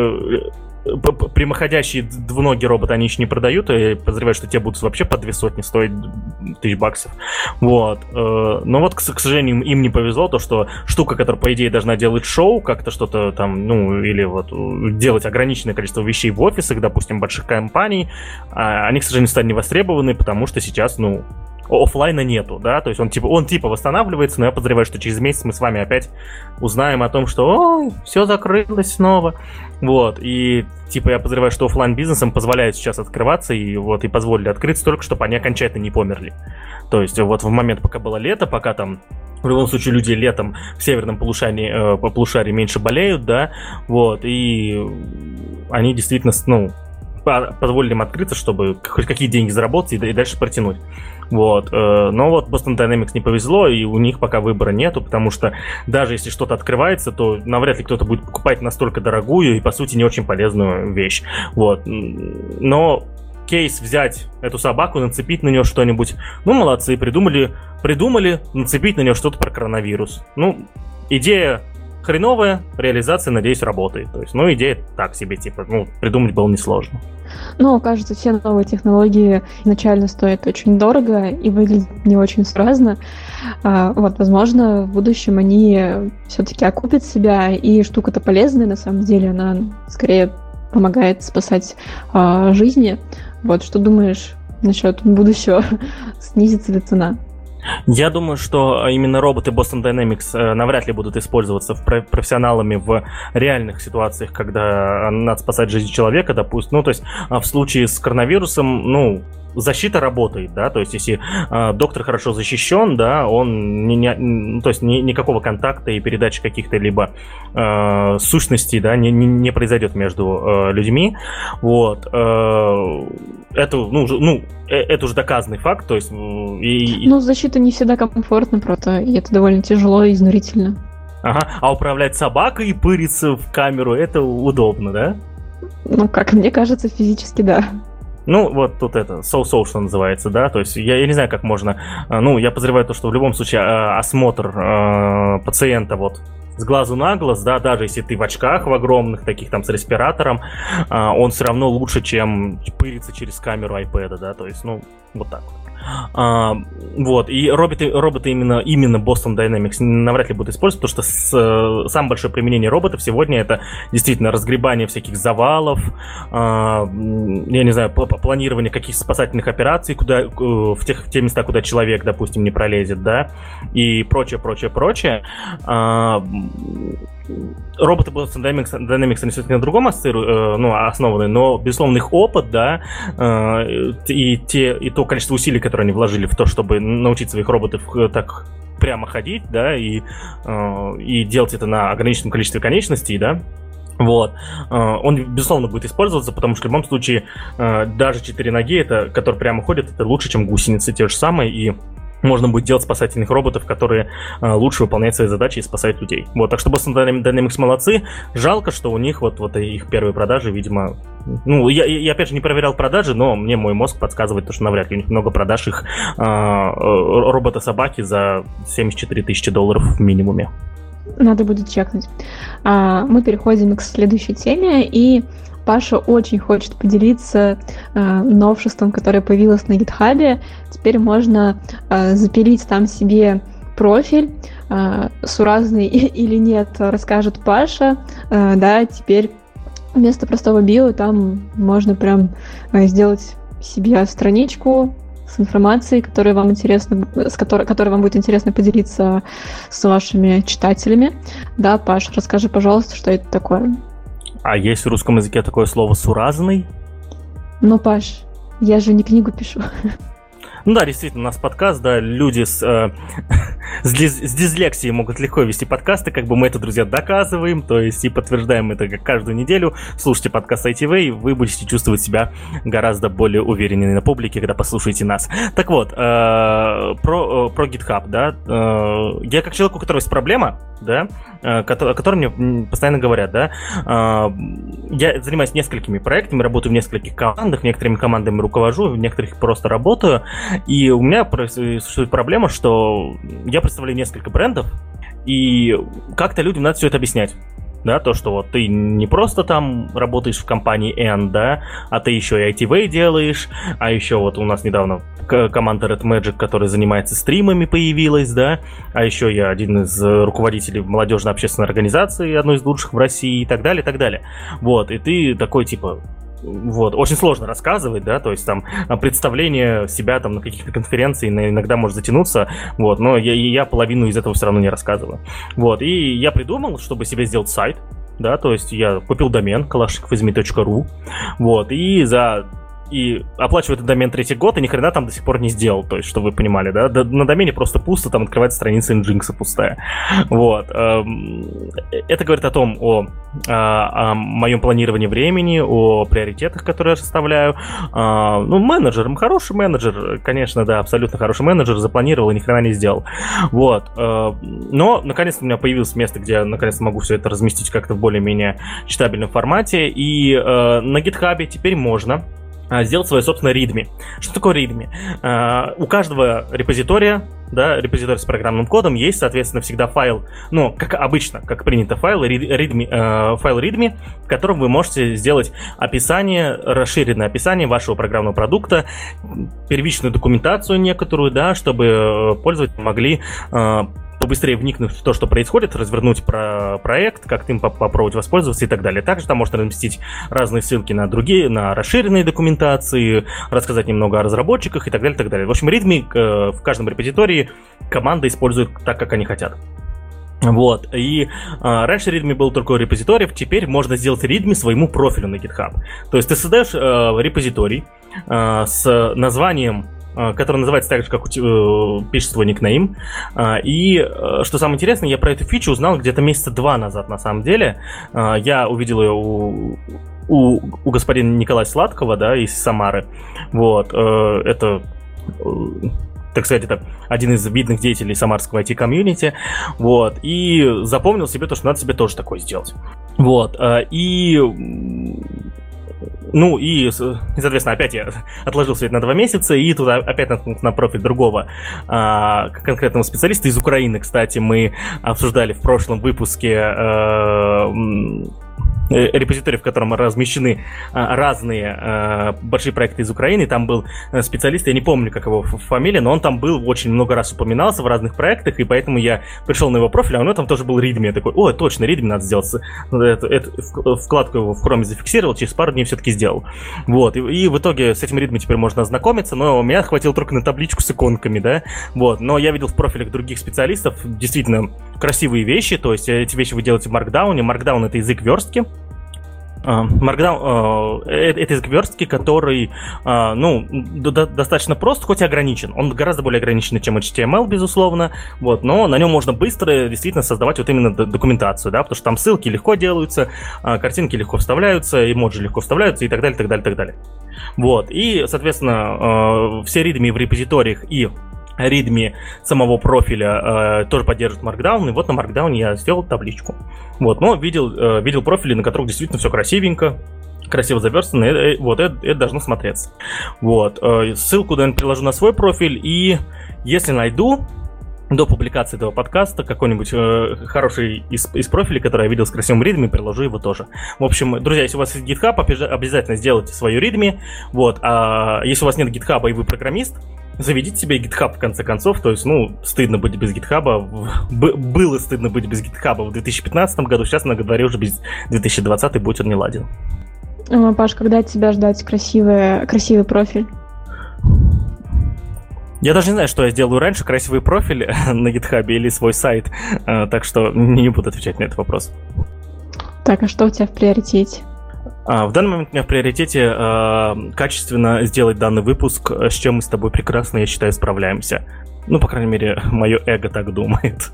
прямоходящие двуногие роботы они еще не продают, и я подозреваю, что те будут вообще по 200 стоить $1000. Вот. Но вот, к сожалению, им не повезло, то, что штука, которая, по идее, должна делать шоу, как-то что-то там, ну, или вот делать ограниченное количество вещей в офисах, допустим, больших компаний, они, к сожалению, стали не востребованы, потому что сейчас, ну, офлайна нету, да, то есть он типа восстанавливается, но я подозреваю, что через месяц мы с вами опять узнаем о том, что ой, все закрылось снова, вот, и типа я подозреваю, что офлайн бизнесам позволяют сейчас открываться, и вот и позволили открыться только, чтобы они окончательно не померли, то есть вот в момент, пока было лето, пока там в любом случае люди летом в северном полушарии меньше болеют, да, вот, и они действительно, ну, позволили им открыться, чтобы хоть какие деньги заработать и дальше протянуть. Вот. Но вот Boston Dynamics не повезло, и у них пока выбора нету, потому что даже если что-то открывается, то навряд ли кто-то будет покупать настолько дорогую и, по сути, не очень полезную вещь. Вот. Но кейс взять эту собаку, нацепить на нее что-нибудь, ну, молодцы, придумали нацепить на нее что-то про коронавирус. Ну, идея хреновая, реализация, надеюсь, работает. То есть, ну, идея так себе, типа, ну, придумать было несложно. Ну, кажется, все новые технологии изначально стоят очень дорого и выглядят не очень сразу. Вот, возможно, в будущем они все-таки окупят себя, и штука-то полезная, на самом деле, она скорее помогает спасать жизни. Вот, что думаешь насчет будущего? Снизится ли цена? Я думаю, что именно роботы Boston Dynamics навряд ли будут использоваться профессионалами в реальных ситуациях, когда надо спасать жизнь человека, допустим. Ну, то есть в случае с коронавирусом, ну, защита работает, да, то есть если доктор хорошо защищен, да, он то есть никакого контакта и передачи каких-то либо сущностей, да, не произойдет между людьми, вот. Это уже доказанный факт, то есть... Ну, защита не всегда комфортна, просто, и это довольно тяжело и изнурительно. Ага, а управлять собакой и пыриться в камеру, это удобно, да? Ну, как мне кажется, физически, да. Ну, вот тут это, so-so, что называется, да, то есть я не знаю, как можно, ну, я подозреваю то, что в любом случае осмотр пациента вот с глазу на глаз, да, даже если ты в очках в огромных таких там с респиратором, он все равно лучше, чем пыриться через камеру iPad, да, то есть, ну, вот так вот. Вот, и роботы именно Boston Dynamics навряд ли будут использовать, потому что самое большое применение роботов сегодня это действительно разгребание всяких завалов, я не знаю, планирование каких-то спасательных операций, куда, в те места, куда человек, допустим, не пролезет, да, и прочее. Роботы Boston Dynamics, они все-таки на другом основаны, но, безусловно, их опыт, да, и то количество усилий, которые они вложили в то, чтобы научить своих роботов так прямо ходить, да, и делать это на ограниченном количестве конечностей, да, вот, он, безусловно, будет использоваться, потому что в любом случае даже 4 ноги, которые прямо ходят, это лучше, чем гусеницы те же самые, и можно будет делать спасательных роботов, которые лучше выполняют свои задачи и спасают людей. Вот, так что Boston Dynamics молодцы. Жалко, что у них вот их первые продажи, видимо... Ну, я опять же не проверял продажи, но мне мой мозг подсказывает, что навряд ли у них много продаж их робота-собаки за $74 тысячи в минимуме. Надо будет чекнуть. Мы переходим к следующей теме, и Паша очень хочет поделиться новшеством, которое появилось на GitHub. Теперь можно запилить там себе профиль, суразный или нет, расскажет Паша. Да, теперь вместо простого био там можно прям сделать себе страничку с информацией, которая вам интересна, которой вам будет интересно поделиться с вашими читателями. Да, Паш, расскажи, пожалуйста, что это такое. А есть в русском языке такое слово «суразный»? Ну, Паш, я же не книгу пишу. Ну да, действительно, у нас подкаст, да, люди с дислексией могут легко вести подкасты, как бы мы это, друзья, доказываем, то есть и подтверждаем это каждую неделю. Слушайте подкаст ITV, и вы будете чувствовать себя гораздо более уверенными на публике, когда послушаете нас. Так вот, про GitHub, да, я как человек, у которого есть проблема, да, о которой мне постоянно говорят, да, я занимаюсь несколькими проектами, работаю в нескольких командах, некоторыми командами руковожу, в некоторых просто работаю, и у меня существует проблема, что я представляю несколько брендов, и как-то людям надо все это объяснять. Да, то, что вот ты не просто там работаешь в компании N, да, а ты еще и ITV делаешь, а еще вот у нас недавно команда Red Magic, которая занимается стримами, появилась, да, а еще я один из руководителей молодежной общественной организации, одной из лучших в России и так далее, и так далее. Вот, и ты такой, типа, вот, очень сложно рассказывать, да, то есть там представление себя там на каких-то конференциях иногда может затянуться, вот, но я половину из этого все равно не рассказываю. Вот, и я придумал, чтобы себе сделать сайт, да, то есть я купил домен kalashnikovizme.ru, вот, и оплачиваю этот домен 3-й год, и ни хрена там до сих пор не сделал, то есть, чтобы вы понимали, да, на домене просто пусто, там открывается страница Nginx пустая, вот. Это говорит о том, о моем планировании времени, о приоритетах, которые я составляю. Ну, менеджер, хороший менеджер, конечно, да, абсолютно хороший менеджер, запланировал и ни хрена не сделал, вот. Но, наконец-то, у меня появилось место, где я, наконец-то, могу все это разместить как-то в более-менее читабельном формате, и на GitHub теперь можно сделать свое собственное README. Что такое README? У каждого репозитория, да, репозиторий с программным кодом, есть, соответственно, всегда файл, ну, как обычно, как принято, файл README, в котором вы можете сделать описание, расширенное описание вашего программного продукта, первичную документацию некоторую, да, чтобы пользователи могли побыстрее вникнуть в то, что происходит, развернуть проект, как им попробовать воспользоваться и так далее. Также там можно разместить разные ссылки на другие, на расширенные документации, рассказать немного о разработчиках и так далее, и так далее. В общем, README в каждом репозитории команда использует так, как они хотят. Вот, и раньше README был только у репозиториев, теперь можно сделать README своему профилю на GitHub. То есть ты создаешь репозиторий с названием, который называется так же, как пишет свой никнейм. И что самое интересное, я про эту фичу узнал где-то месяца 2 назад, на самом деле. Я увидел ее у господина Николая Сладкого, да, из Самары. Вот, это, так сказать, это один из видных деятелей самарского IT-комьюнити. Вот, и запомнил себе то, что надо себе тоже такое сделать. Вот, ну и, соответственно, опять я отложил все это на 2 месяца, и тут опять наткнулся на профиль другого конкретного специалиста из Украины. Кстати, мы обсуждали в прошлом выпуске репозиторий, в котором размещены разные большие проекты из Украины. Там был специалист, я не помню, как его фамилия, но он там был, очень много раз упоминался в разных проектах, и поэтому я пришел на его профиль, а у него там тоже был README. Я такой, о, точно, README надо сделать. Эту вкладку его в Chrome зафиксировал, через пару дней все-таки сделал. Вот, и в итоге с этим README теперь можно ознакомиться, но меня хватило только на табличку с иконками, да, вот. Но я видел в профилях других специалистов действительно красивые вещи, то есть эти вещи вы делаете в Markdown. Markdown — это язык верстки. Markdown — это язык верстки, который, ну, достаточно прост, хоть и ограничен. Он гораздо более ограничен, чем HTML, безусловно, вот, но на нем можно быстро действительно создавать вот именно документацию, да, потому что там ссылки легко делаются, картинки легко вставляются, эмоджи легко вставляются и так далее, так далее, так далее. Вот, и, соответственно, все README в репозиториях и README самого профиля тоже поддерживает Markdown, и вот на Markdown я сделал табличку. Вот, но видел профили, на которых действительно все красивенько, красиво заверстано, вот это должно смотреться. Вот, ссылку, наверное, приложу на свой профиль, и если найду до публикации этого подкаста какой-нибудь хороший из профилей, который я видел с красивым README, приложу его тоже. В общем, друзья, если у вас есть GitHub, обязательно сделайте свое README. Вот, а если у вас нет GitHub и вы программист, заведите себе GitHub в конце концов. То есть, ну, стыдно быть без GitHub. Было стыдно быть без GitHub в 2015 году. Сейчас на дворе уже без 2020, будь он не ладен. Паш, когда от тебя ждать красивый профиль? Я даже не знаю, что я сделаю раньше, красивый профиль на GitHub или свой сайт. Так что не буду отвечать на этот вопрос. Так, а что у тебя в приоритете? В данный момент у меня в приоритете качественно сделать данный выпуск, с чем мы с тобой прекрасно, я считаю, справляемся. Ну, по крайней мере, мое эго так думает.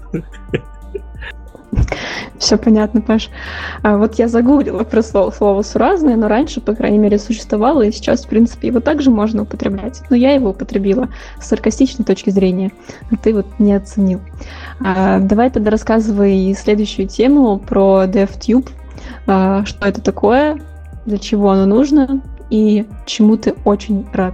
Все понятно, Паш. Вот я загуглила про слово «суразное», но раньше, по крайней мере, существовало, и сейчас, в принципе, его также можно употреблять. Но я его употребила с саркастичной точки зрения, а ты вот не оценил. Давай тогда рассказывай следующую тему про DevTube. Что это такое, для чего оно нужно и чему ты очень рад.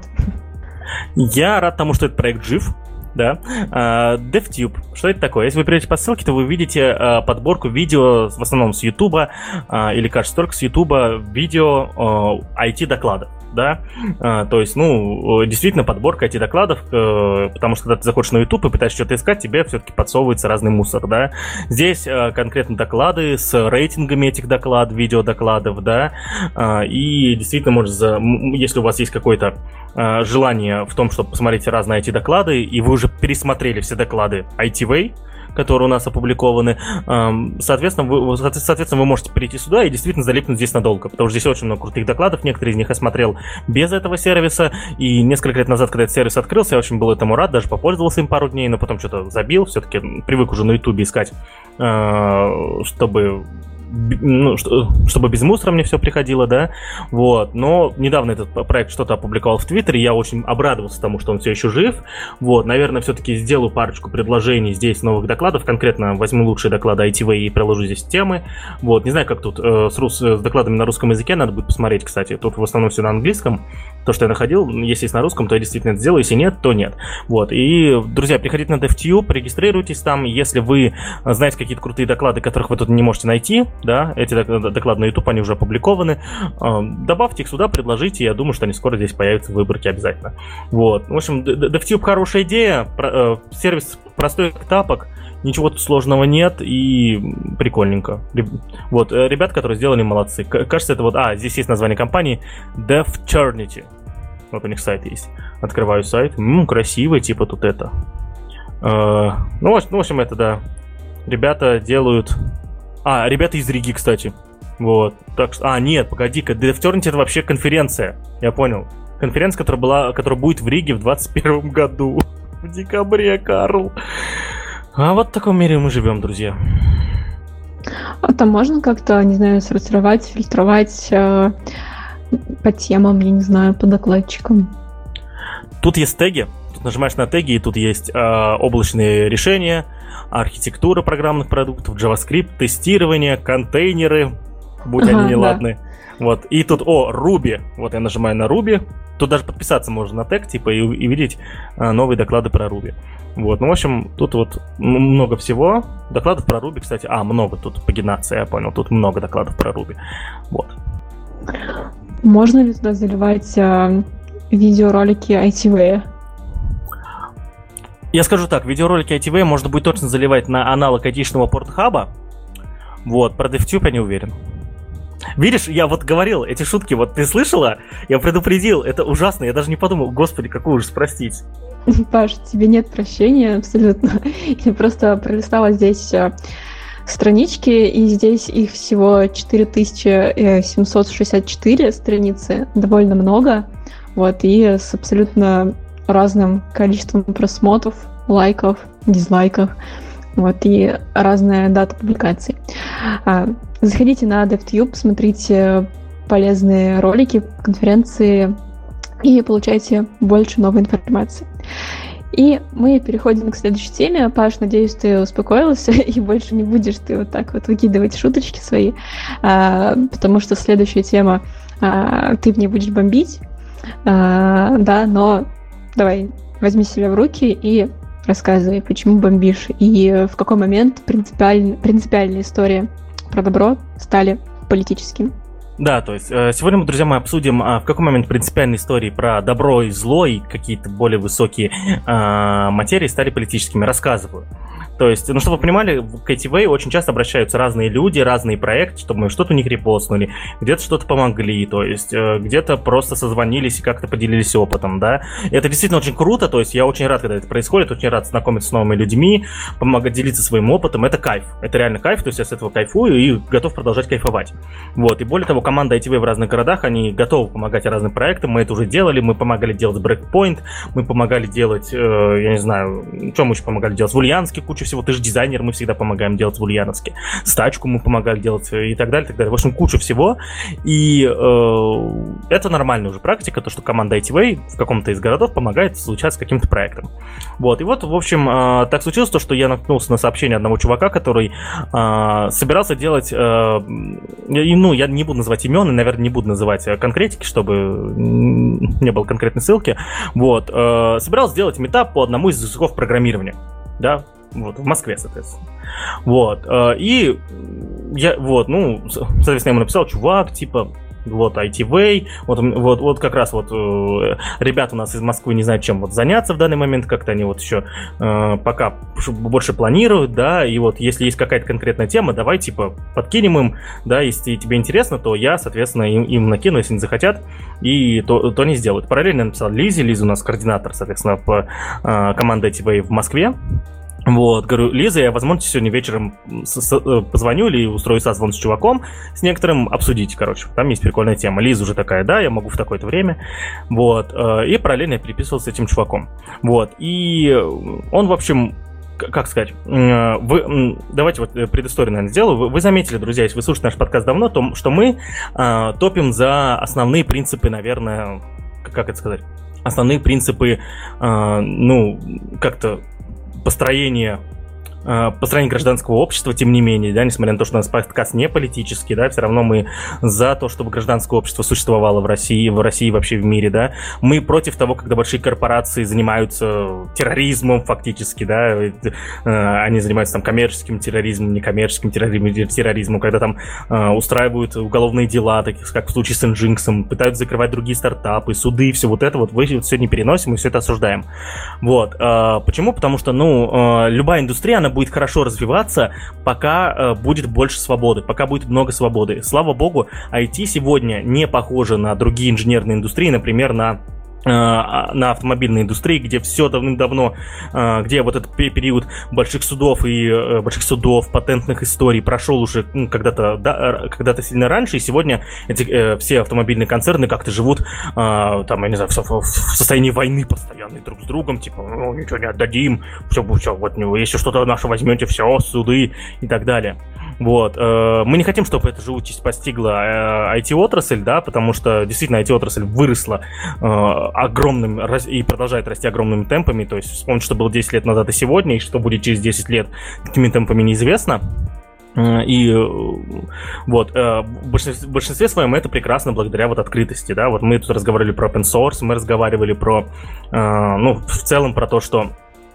Я рад тому, что этот проект жив. Да, DevTube. Что это такое? Если вы перейдете по ссылке, то вы увидите подборку видео, в основном с YouTube, или, кажется, только с YouTube, видео IT-докладов. Да, то есть, действительно подборка IT-докладов, потому что когда ты заходишь на YouTube и пытаешься что-то искать, тебе все-таки подсовывается разный мусор, да. Здесь конкретно доклады с рейтингами этих докладов, видеодокладов, да, и действительно, если у вас есть какое-то желание в том, чтобы посмотреть разные IT-доклады, и вы уже пересмотрели все доклады ITV, которые у нас опубликованы, соответственно, вы можете перейти сюда и действительно залипнуть здесь надолго, потому что здесь очень много крутых докладов, некоторые из них я смотрел без этого сервиса, и несколько лет назад, когда этот сервис открылся, я очень был этому рад, даже попользовался им пару дней, но потом что-то забил, все-таки привык уже на Ютубе искать, чтобы без мусора мне все приходило, да, вот, но недавно этот проект что-то опубликовал в Твиттере, я очень обрадовался тому, что он все еще жив, вот, наверное, все-таки сделаю парочку предложений здесь, новых докладов, конкретно возьму лучшие доклады ITV и приложу здесь темы, вот, не знаю, как тут с докладами на русском языке, надо будет посмотреть, кстати, тут в основном все на английском, то, что я находил, если есть на русском, то я действительно это сделаю, если нет, то нет, вот, и, друзья, приходите на DevTube, регистрируйтесь там, если вы знаете какие-то крутые доклады, которых вы тут не можете найти, да, эти доклады на YouTube, они уже опубликованы. Добавьте их сюда, предложите, я думаю, что они скоро здесь появятся в выборке обязательно. Вот. В общем, DevTube хорошая идея, сервис простой как тапок, ничего тут сложного нет и прикольненько. Вот, ребят, которые сделали, молодцы. Кажется, это вот, здесь есть название компании DevTurnity. Вот у них сайт есть. Открываю сайт. Красиво, типа тут это. В общем, это, да. Ребята делают... ребята из Риги, кстати. Вот. Так что... нет, погоди-ка. DevTurnity — это вообще конференция. Я понял. Конференция, которая будет в Риге в 2021 году. В декабре, Карл. Вот в таком мире мы живем, друзья. Там можно как-то, не знаю, сортировать, фильтровать по темам, я не знаю, по докладчикам? Тут есть теги. Тут нажимаешь на теги, и тут есть облачные решения, архитектура программных продуктов, JavaScript, тестирование, контейнеры, будь они неладны. Да. Вот. И тут, Ruby. Вот я нажимаю на Ruby. Тут даже подписаться можно на тег, типа, и видеть новые доклады про Ruby. Вот. В общем, тут вот много всего. Докладов про Ruby, кстати. Много тут пагинация, я понял. Тут много докладов про Ruby. Вот. Можно ли туда заливать видеоролики ITV? Я скажу так, видеоролики ITV можно будет точно заливать на аналог айтишного портхаба. Вот, про DevTube я не уверен. Видишь, я вот говорил, эти шутки, вот ты слышала? Я предупредил, это ужасно, я даже не подумал, господи, какой ужас, простите. Паш, тебе нет прощения абсолютно. Я просто пролистала здесь странички, и здесь их всего 4764 страницы, довольно много. Вот, и с абсолютно разным количеством просмотров, лайков, дизлайков, вот, и разная дата публикаций. Заходите на DevTube, смотрите полезные ролики, конференции и получайте больше новой информации. И мы переходим к следующей теме. Паш, надеюсь, ты успокоился и больше не будешь ты вот так вот выкидывать шуточки свои, потому что следующая тема, ты в ней будешь бомбить, да, но давай, возьми себя в руки и рассказывай, почему бомбишь, и в какой момент принципиальные истории про добро стали политическими. Да, то есть сегодня мы, друзья, мы обсудим, в какой момент принципиальные истории про добро и зло и какие-то более высокие материи стали политическими. Рассказываю. То есть, чтобы вы понимали, к ITV очень часто обращаются разные люди, разные проекты, чтобы мы что-то у них репостнули, где-то что-то помогли, то есть где-то просто созвонились и как-то поделились опытом, да. И это действительно очень круто, то есть я очень рад, когда это происходит, очень рад знакомиться с новыми людьми, помогать делиться своим опытом, это кайф, это реально кайф, то есть я с этого кайфую и готов продолжать кайфовать. Вот, и более того, команда ITV в разных городах, они готовы помогать разным проектам, мы это уже делали, мы помогали делать Breakpoint, мы помогали делать, я не знаю, что мы еще помогали делать, в Ульяновске кучу всего, ты же дизайнер, мы всегда помогаем делать в Ульяновске, стачку мы помогали делать и так далее, и так далее. В общем, кучу всего, и это нормальная уже практика, то, что команда ITV в каком-то из городов помогает случаться с каким-то проектом. Вот, и вот, в общем, так случилось то, что я наткнулся на сообщение одного чувака, который собирался делать, я не буду называть имен, и, наверное, не буду называть конкретики, чтобы не было конкретной ссылки, вот, собирался сделать митап по одному из языков программирования, да, вот, в Москве, соответственно. Вот, и я, вот, ну, соответственно, я ему написал, чувак, типа, вот ITV, вот как раз вот ребята у нас из Москвы не знают, чем вот заняться в данный момент, как-то они вот еще пока больше планируют, да, и вот если есть какая-то конкретная тема, давай типа подкинем им, да, если тебе интересно, то я, соответственно, им накину, если не захотят, и то не сделают. Параллельно я написал Лизе, Лиза у нас координатор, соответственно, по команде ITV в Москве. Вот, говорю, Лиза, я, возможно, сегодня вечером позвоню или устрою созвон с чуваком, с некоторым обсудить, короче, там есть прикольная тема. Лиза уже такая, да, я могу в такое-то время, вот, и параллельно я переписывался с этим чуваком, вот, и он, в общем, как сказать, давайте вот предысторию, наверное, сделаю. Вы заметили, друзья, если вы слушаете наш подкаст давно, то что мы топим за основные принципы, наверное, как это сказать, основные принципы, ну, как-то построение гражданского общества, тем не менее, да, несмотря на то, что у нас подкаст не политический, да, все равно мы за то, чтобы гражданское общество существовало в России вообще в мире, да. Мы против того, когда большие корпорации занимаются терроризмом фактически, да, они занимаются там коммерческим терроризмом, некоммерческим терроризмом, когда там устраивают уголовные дела, таких как в случае с Nginx, пытаются закрывать другие стартапы, суды, все вот это вот, мы все не переносим, мы все это осуждаем. Вот. Почему? Потому что, ну, любая индустрия, она будет хорошо развиваться, пока будет больше свободы, пока будет много свободы. Слава богу, IT сегодня не похоже на другие инженерные индустрии, например, на автомобильной индустрии, где все давным-давно, где вот этот период больших судов, патентных историй прошел уже когда-то сильно раньше, и сегодня эти все автомобильные концерны как-то живут, там, я не знаю, в состоянии войны постоянной друг с другом, типа, ну, ничего не отдадим, все, вот, если что-то наше возьмете, все, суды и так далее. Вот. Мы не хотим, чтобы эта живучесть постигла IT-отрасль, да, потому что действительно IT-отрасль выросла огромным и продолжает расти огромными темпами. То есть вспомнить, что было 10 лет назад и сегодня, и что будет через 10 лет, какими темпами неизвестно. И вот, в большинстве своем это прекрасно благодаря вот открытости, да, вот мы тут разговаривали про open source, мы разговаривали про, ну, в целом про то, что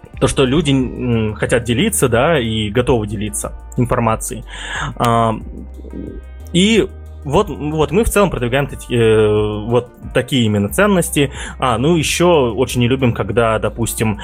люди хотят делиться, да, и готовы делиться информацией. И вот мы в целом продвигаем вот такие именно ценности. Ну еще очень не любим, когда, допустим,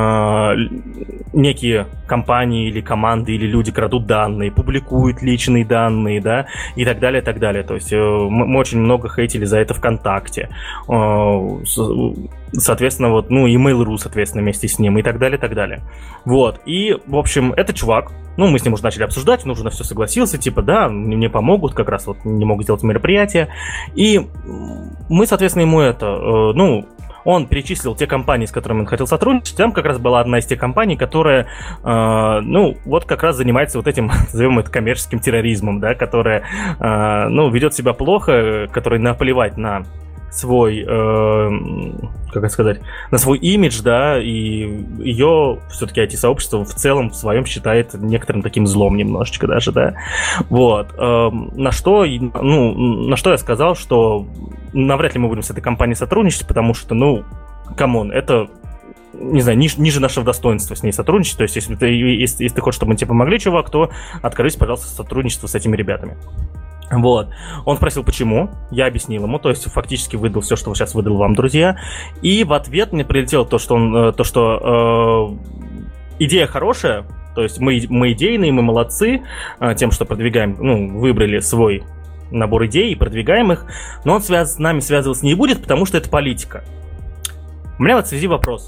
некие компании или команды или люди крадут данные, публикуют личные данные, да, и так далее, и так далее. То есть мы очень много хейтили за это ВКонтакте. Соответственно, вот, ну, и Mail.ru, соответственно, вместе с ним, и так далее, и так далее. Вот, и, в общем, этот чувак, ну, мы с ним уже начали обсуждать, он уже на все согласился, типа, да, мне помогут, как раз вот не могут сделать мероприятие, и мы, соответственно, ему ну, он перечислил те компании, с которыми он хотел сотрудничать, там как раз была одна из тех компаний, которая, ну, вот как раз занимается вот этим, назовем это, коммерческим терроризмом, да, которая, ну, ведет себя плохо, которая наплевать на свой, как это сказать, на свой имидж, да, и ее все-таки IT-сообщество в целом в своем считает некоторым таким злом немножечко даже, да, вот, на что я сказал, что навряд ли мы будем с этой компанией сотрудничать, потому что, ну, камон, это, не знаю, ниже нашего достоинства с ней сотрудничать, то есть если ты хочешь, чтобы мы тебе помогли, чувак, то откажись, пожалуйста, сотрудничество с этими ребятами. Вот. Он спросил, почему. Я объяснил ему, то есть фактически выдал все, что сейчас выдал вам, друзья. И в ответ мне прилетело то, что идея хорошая, то есть мы идейные, мы молодцы тем, что продвигаем, ну, выбрали свой набор идей и продвигаем их, но он с нами связываться не будет, потому что это политика. У меня в этой связи вопрос.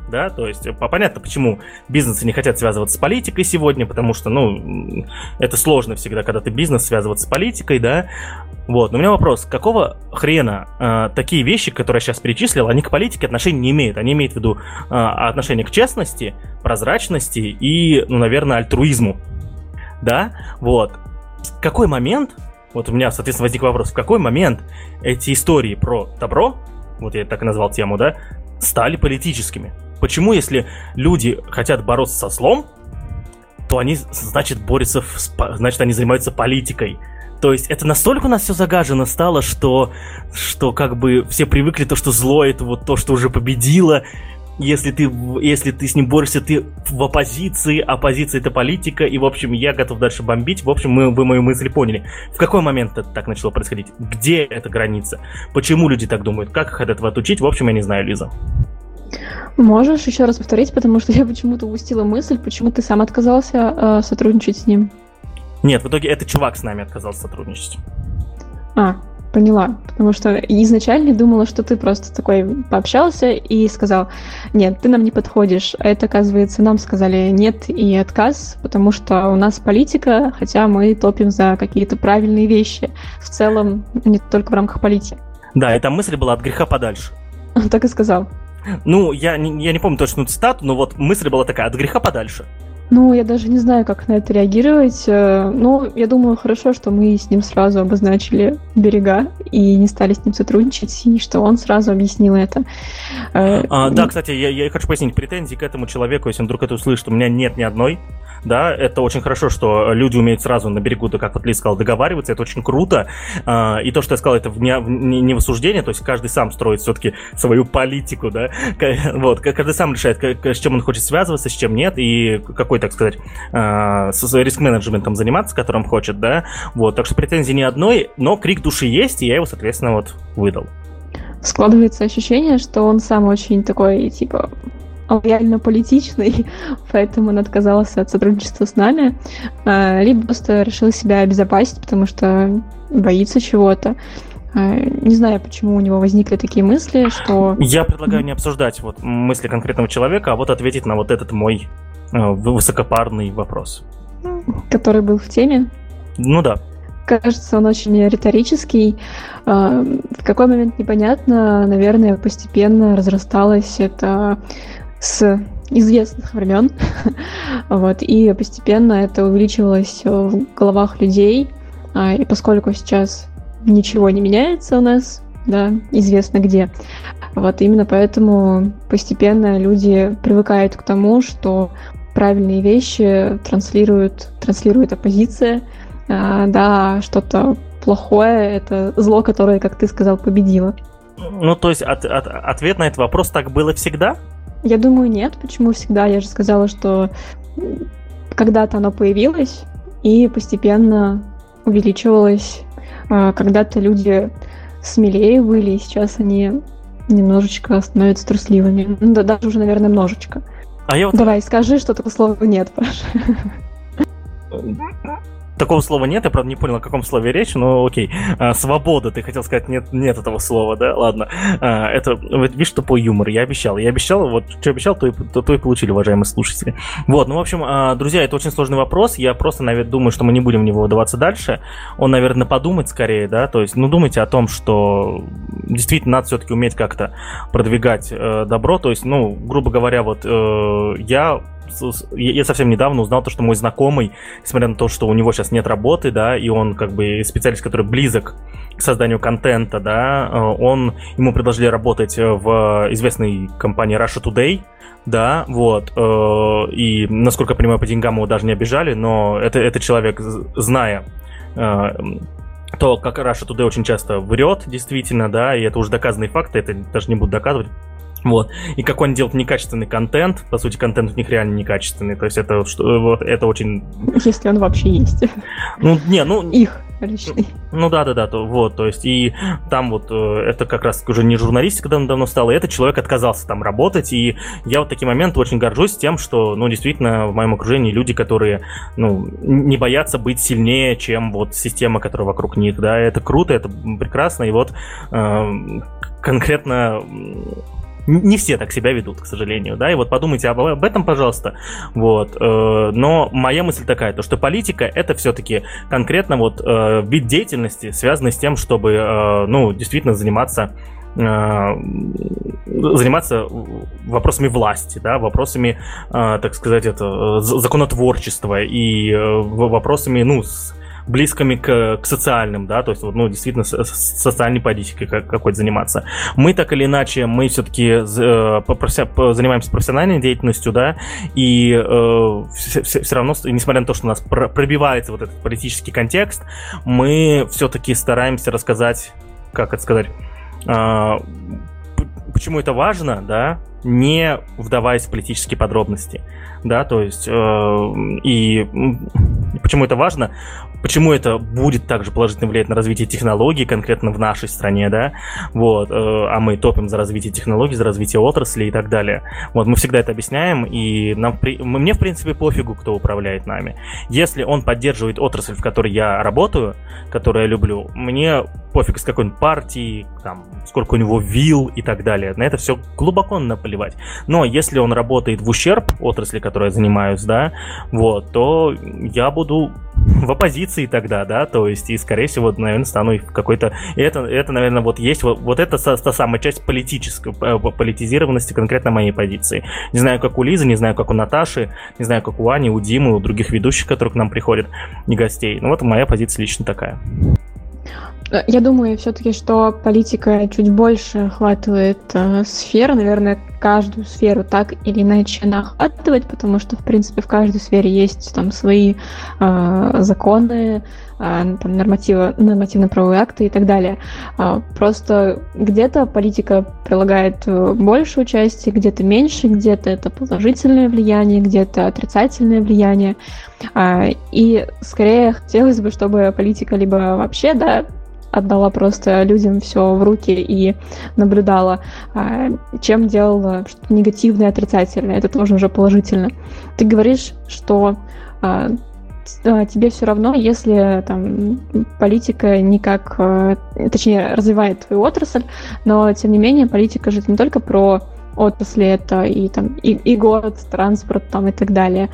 да, то есть понятно, почему бизнесы не хотят связываться с политикой сегодня, потому что, ну, это сложно всегда, когда ты бизнес связываться с политикой, да, вот, но у меня вопрос, какого хрена такие вещи, которые я сейчас перечислил, они к политике отношения не имеют, они имеют в виду отношение к честности, прозрачности и, ну, наверное, альтруизму, да, вот, в какой момент, вот у меня, соответственно, возник вопрос, в какой момент эти истории про добро, вот я так и назвал тему, да, стали политическими? Почему, если люди хотят бороться со злом, то они, значит, борются, значит, они занимаются политикой? То есть это настолько у нас все загажено стало, что как бы все привыкли то, что зло это вот то, что уже победило. Если ты с ним борешься, ты в оппозиции, оппозиция это политика, и, в общем, я готов дальше бомбить. В общем, вы мою мысль поняли. В какой момент это так начало происходить? Где эта граница? Почему люди так думают? Как их от этого отучить? В общем, я не знаю, Лиза. Можешь еще раз повторить, потому что я почему-то упустила мысль, почему ты сам отказался сотрудничать с ним? Нет, в итоге этот чувак с нами отказался сотрудничать. Поняла. Потому что изначально думала, что ты просто такой пообщался и сказал, нет, ты нам не подходишь. А это, оказывается, нам сказали нет и отказ, потому что у нас политика, хотя мы топим за какие-то правильные вещи. В целом, не только в рамках политики. Да, эта мысль была от греха подальше. Так и сказал. Ну, я не помню точную цитату, но вот мысль была такая, от греха подальше. Ну, я даже не знаю, как на это реагировать. Ну, я думаю, хорошо, что мы с ним сразу обозначили берега и не стали с ним сотрудничать, и что он сразу объяснил это. Да, кстати, я хочу пояснить, претензии к этому человеку, если он вдруг это услышит, у меня нет ни одной. Да, это очень хорошо, что люди умеют сразу на берегу, как вот Лиз сказал, договариваться, это очень круто. И то, что я сказал, это не в осуждение, то есть каждый сам строит все-таки свою политику, да. Вот, каждый сам решает, с чем он хочет связываться, с чем нет, и какой, так сказать, с риск-менеджментом заниматься, которым хочет, да. Вот, так что претензий ни одной, но крик души есть, и я его, соответственно, вот выдал. Складывается ощущение, что он сам очень такой, типа, лояльно политичный, поэтому он отказался от сотрудничества с нами, либо просто решил себя обезопасить, потому что боится чего-то. Не знаю, почему у него возникли такие мысли, что... Я предлагаю не обсуждать вот мысли конкретного человека, а вот ответить на вот этот мой высокопарный вопрос. Который был в теме? Ну да. Кажется, он очень риторический. В какой момент непонятно, наверное, постепенно разрасталось это с известных времен. Вот, и постепенно это увеличивалось в головах людей. И поскольку сейчас ничего не меняется у нас, да, известно где, вот именно поэтому постепенно люди привыкают к тому, что правильные вещи транслирует оппозиция, да, что-то плохое — это зло, которое, как ты сказал, победило. Ну, то есть ответ на этот вопрос: так было всегда? Я думаю, нет. Почему всегда? Я же сказала, что когда-то оно появилось и постепенно увеличивалось. Когда-то люди смелее были, и сейчас они немножечко становятся трусливыми. Ну да, даже уже, наверное, немножечко. Давай, скажи, что такое слово «нет», Паша. Такого слова нет, я, правда, не понял, о каком слове речь, но окей. Свобода, ты хотел сказать, нет этого слова, да? Ладно. Это, видишь, тупой юмор. Я обещал, вот что обещал, то и получили, уважаемые слушатели. Вот, ну, в общем, друзья, это очень сложный вопрос. Я просто, наверное, думаю, что мы не будем в него выдаваться дальше. Он, наверное, подумать скорее, да? То есть, ну, думайте о том, что действительно надо все-таки уметь как-то продвигать добро. То есть, ну, грубо говоря, вот я совсем недавно узнал то, что мой знакомый, несмотря на то, что у него сейчас нет работы, да, и он как бы специалист, который близок к созданию контента, да, ему предложили работать в известной компании Russia Today, да, вот, и, насколько я понимаю, по деньгам его даже не обижали, но этот человек, зная то, как Russia Today очень часто врет, действительно, да, и это уже доказанные факты, это даже не буду доказывать. Вот. И как они делают некачественный контент, по сути, контент у них реально некачественный. То есть это очень... Если он вообще есть. Их личный. Ну да, то есть и там вот это как раз уже не журналистика давно стала, и этот человек отказался там работать, и я вот в такие моменты очень горжусь тем, что, ну, действительно, в моем окружении люди, которые, ну, не боятся быть сильнее, чем вот система, которая вокруг них, да, это круто, это прекрасно, и вот конкретно... не все так себя ведут, к сожалению, да, и вот подумайте об этом, пожалуйста, вот, но моя мысль такая, то, что политика — это все-таки конкретно вот вид деятельности, связанный с тем, чтобы, ну, действительно заниматься вопросами власти, да, вопросами, так сказать, законотворчества и вопросами, ну, близкими к социальным, да, то есть, вот, ну, действительно, социальной политикой какой-то заниматься. Мы так или иначе, мы все-таки занимаемся профессиональной деятельностью, да, и все равно, несмотря на то, что у нас пробивается вот этот политический контекст, мы все-таки стараемся рассказать, как это сказать, почему это важно, да, не вдаваясь в политические подробности, да, то есть и почему это важно, почему это будет также положительно влиять на развитие технологий, конкретно в нашей стране, да, вот, а мы топим за развитие технологий, за развитие отрасли и так далее. Вот, мы всегда это объясняем, и мне, в принципе, пофигу, кто управляет нами. Если он поддерживает отрасль, в которой я работаю, которую я люблю, мне пофиг, с какой он партии, там, сколько у него вилл и так далее. На это все глубоко наплевать. Но если он работает в ущерб отрасли, которой я занимаюсь, да, вот, то я буду в оппозиции тогда, да, то есть, и, скорее всего, наверное, стану в какой-то... Это, наверное, вот есть вот это та самая часть политической, политизированности конкретно моей позиции. Не знаю, как у Лизы, не знаю, как у Наташи, не знаю, как у Ани, у Димы, у других ведущих, которые к нам приходят, и гостей. Ну, вот моя позиция лично такая. Я думаю все-таки, что политика чуть больше охватывает сфер, наверное, каждую сферу так или иначе она охватывает, потому что, в принципе, в каждой сфере есть там свои законы, там, нормативно-правовые акты и так далее. Просто где-то политика прилагает больше участия, где-то меньше, где-то это положительное влияние, где-то отрицательное влияние. И скорее хотелось бы, чтобы политика либо вообще, да, отдала просто людям все в руки и наблюдала, чем делала что-то негативное, отрицательное. Это тоже уже положительно. Ты говоришь, что тебе все равно, если там политика никак, точнее, развивает твою отрасль, но тем не менее политика же это не только про отрасли, это и там и город, транспорт там и так далее,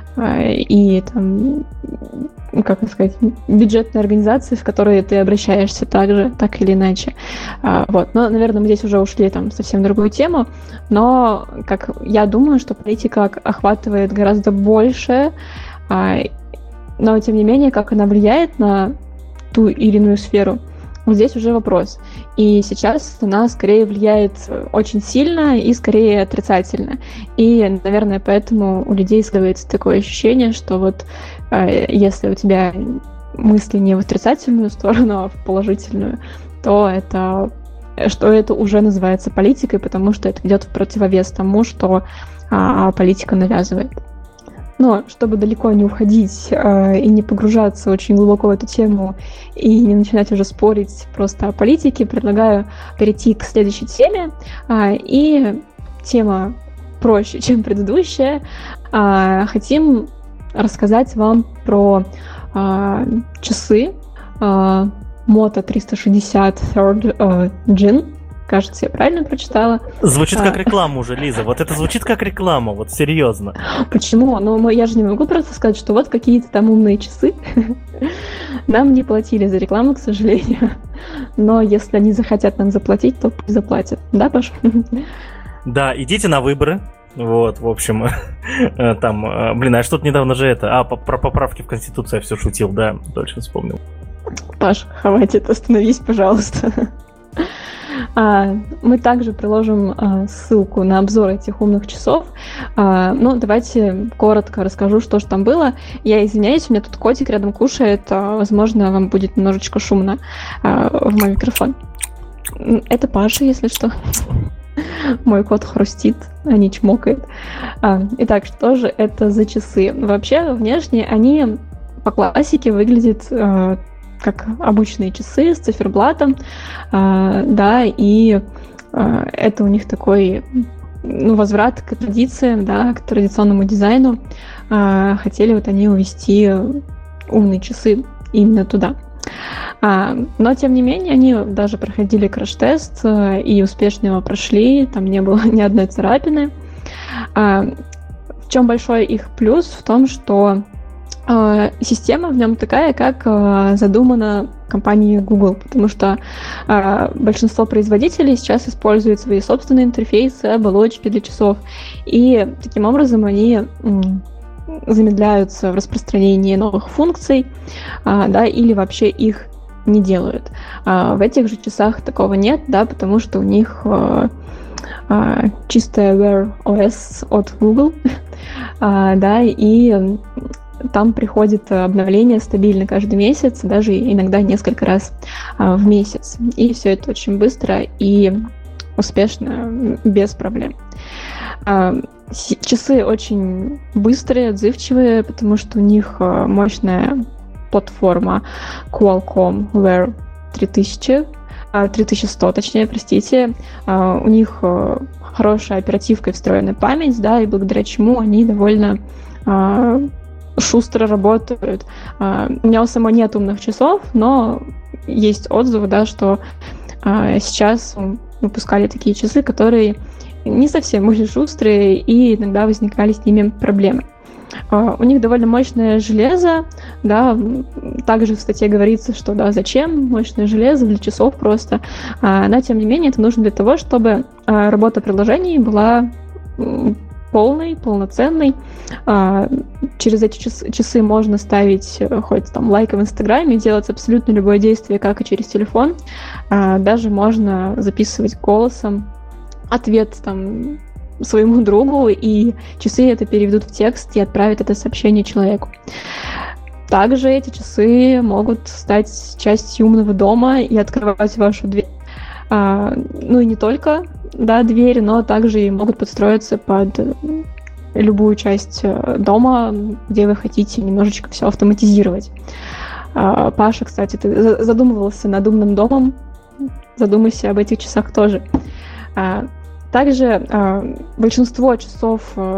и там, как сказать, бюджетные организации, в которые ты обращаешься также, так или иначе. Вот. Но, наверное, мы здесь уже ушли там совсем в другую тему, но как я думаю, что политика охватывает гораздо больше, но тем не менее, как она влияет на ту или иную сферу, вот здесь уже вопрос. И сейчас она скорее влияет очень сильно и скорее отрицательно. И, наверное, поэтому у людей складывается такое ощущение, что вот если у тебя мысли не в отрицательную сторону, а в положительную, то это уже называется политикой, потому что это идет в противовес тому, что политика навязывает. Но чтобы далеко не уходить и не погружаться очень глубоко в эту тему и не начинать уже спорить просто о политике, предлагаю перейти к следующей теме. И тема проще, чем предыдущая. Хотим рассказать вам про часы Moto 360 Third Gen. Кажется, я правильно прочитала. Звучит как реклама уже, Лиза. Вот это звучит как реклама, вот серьезно. Почему? Ну, я же не могу просто сказать, что вот какие-то там умные часы. Нам не платили за рекламу, к сожалению. Но если они захотят нам заплатить, то пусть заплатят. Да, Паш? Да, идите на выборы. Вот, в общем, там, а что-то недавно же про поправки в Конституцию я все шутил, да, точно вспомнил. Паш, хватит, остановись, пожалуйста. Мы также приложим ссылку на обзор этих умных часов. Ну, давайте коротко расскажу, что же там было. Я извиняюсь, у меня тут котик рядом кушает. Возможно, вам будет немножечко шумно в мой микрофон. Это Паша, если что. Мой кот хрустит, а не чмокает. Итак, что же это за часы? Вообще, внешне они по классике выглядят как обычные часы с циферблатом, да, и это у них такой, возврат к традициям, да, к традиционному дизайну. Хотели вот они увести умные часы именно туда. Но, тем не менее, они даже проходили краш-тест и успешно его прошли, там не было ни одной царапины. В чем большой их плюс? В том, что система в нем такая, как задумана компанией Google, потому что большинство производителей сейчас используют свои собственные интерфейсы, оболочки для часов, и таким образом они замедляются в распространении новых функций, да, или вообще их не делают. В этих же часах такого нет, да, потому что у них чистая Wear OS от Google, да, и там приходит обновление стабильно каждый месяц, даже иногда несколько раз в месяц. И все это очень быстро и успешно, без проблем. Часы очень быстрые, отзывчивые, потому что у них мощная платформа Qualcomm Wear 3100, точнее, простите. У них хорошая оперативка и встроенная память, да, и благодаря чему они довольно шустро работают. У меня у самой нет умных часов, но есть отзывы, да, что сейчас выпускали такие часы, которые не совсем были шустрые, и иногда возникали с ними проблемы. У них довольно мощное железо, да, также в статье говорится, что да, зачем мощное железо для часов просто, но тем не менее это нужно для того, чтобы работа приложений была полной, полноценной. Через эти часы можно ставить хоть там лайк в Инстаграме, делать абсолютно любое действие, как и через телефон. Даже можно записывать голосом ответ там своему другу, и часы это переведут в текст и отправят это сообщение человеку. Также эти часы могут стать частью умного дома и открывать вашу дверь. Ну и не только, да, двери, но также и могут подстроиться под любую часть дома, где вы хотите немножечко все автоматизировать. Паша, кстати, ты задумывался над умным домом? Задумайся об этих часах тоже. Также большинство часов,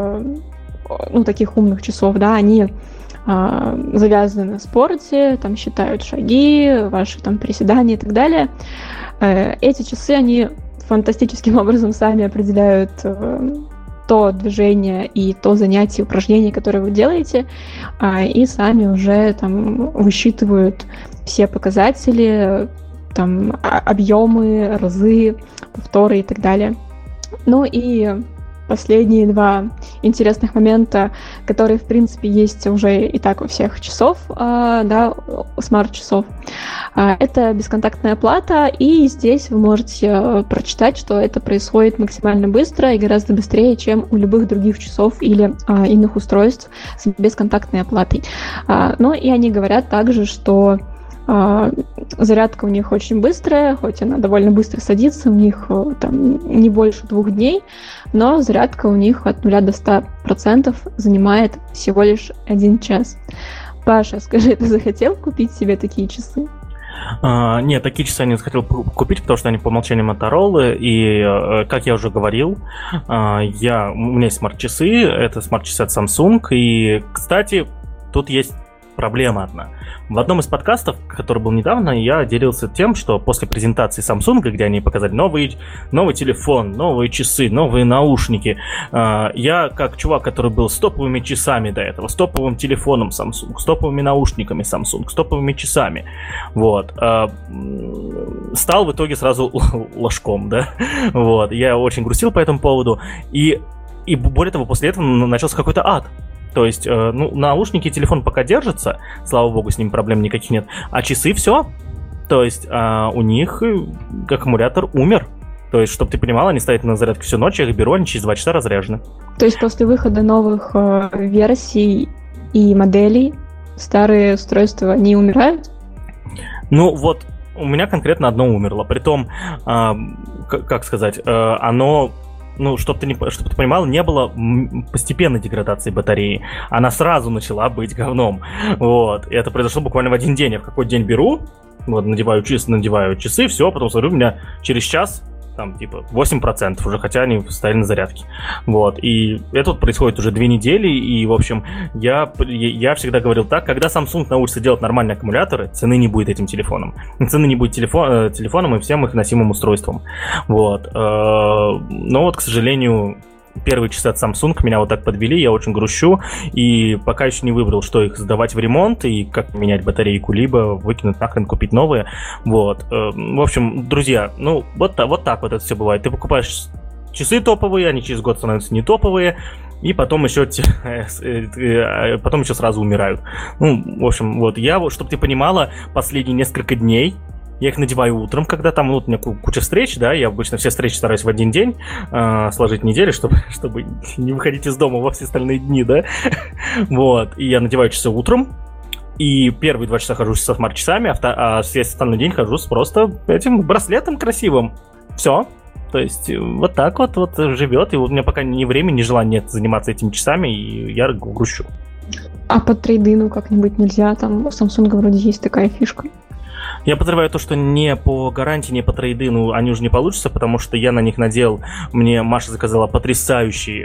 ну, таких умных часов, да, они завязаны на спорте, там считают шаги, ваши там приседания и так далее. Эти часы, они фантастическим образом сами определяют то движение и то занятие, упражнение, которое вы делаете, и сами уже там высчитывают все показатели, там объемы, разы, повторы и так далее. Ну и последние два интересных момента, которые, в принципе, есть уже и так у всех часов, да, смарт-часов. Это бесконтактная оплата, и здесь вы можете прочитать, что это происходит максимально быстро и гораздо быстрее, чем у любых других часов или иных устройств с бесконтактной оплатой. Ну и они говорят также, что зарядка у них очень быстрая, хоть она довольно быстро садится, у них там не больше 2 дней, но зарядка у них от 0 до 100% занимает всего лишь 1 час. Паша, скажи, ты захотел купить себе такие часы? Нет, такие часы я не захотел купить, потому что они по умолчанию Motorola, и, как я уже говорил, у меня есть смарт-часы, это смарт-часы от Samsung, и, кстати, тут есть проблема одна. В одном из подкастов, который был недавно, я делился тем, что после презентации Samsung, где они показали новый телефон, новые часы, новые наушники, я, как чувак, который был с топовыми часами до этого, с топовым телефоном Samsung, с топовыми наушниками Samsung, с топовыми часами, вот, стал в итоге сразу ложком, да, вот, я очень грустил по этому поводу, и более того, после этого начался какой-то ад. То есть, наушники и телефон пока держатся, слава богу, с ними проблем никаких нет, а часы все. То есть, у них аккумулятор умер. То есть, чтобы ты понимала, они стоят на зарядке всю ночь, я их беру, они через 2 часа разряжены. То есть, после выхода новых версий и моделей старые устройства, они умирают? Ну, вот, у меня конкретно одно умерло. Притом, как сказать, оно... Ну, чтобы ты понимал, не было постепенной деградации батареи. Она сразу начала быть говном. Вот. И это произошло буквально в один день. Я в какой-то день беру, вот, надеваю часы, все, потом смотрю, у меня через час там, типа, 8% уже, хотя они стояли на зарядке. Вот, и это вот происходит уже 2 недели, и, в общем, я всегда говорил так, когда Samsung научится делать нормальные аккумуляторы, цены не будет этим телефоном. Цены не будет телефоном и всем их носимым устройствам. Вот. Но вот, к сожалению, первые часы от Samsung меня вот так подвели, я очень грущу, и пока еще не выбрал, что их сдавать в ремонт и как менять батарейку, либо выкинуть нахрен, купить новые. Вот. В общем, друзья, ну, вот так вот это все бывает. Ты покупаешь часы топовые, они через год становятся не топовые, и потом еще сразу умирают. Ну, в общем, вот, чтобы ты понимала, последние несколько дней я их надеваю утром, когда там у меня куча встреч, да, я обычно все встречи стараюсь в один день сложить неделю, чтобы не выходить из дома во все остальные дни, да, вот, и я надеваю часы утром, и первые 2 часа хожу со смарт-часами, а весь остальной день хожу с просто этим браслетом красивым, все. То есть вот так вот живет, и у меня пока ни времени, ни желания нет заниматься этими часами, и я грущу. А по трейдину как-нибудь нельзя? Там у Samsung вроде есть такая фишка. Я подозреваю то, что не по гарантии, не по трейдину они уже не получатся, потому что я на них надел, мне Маша заказала потрясающий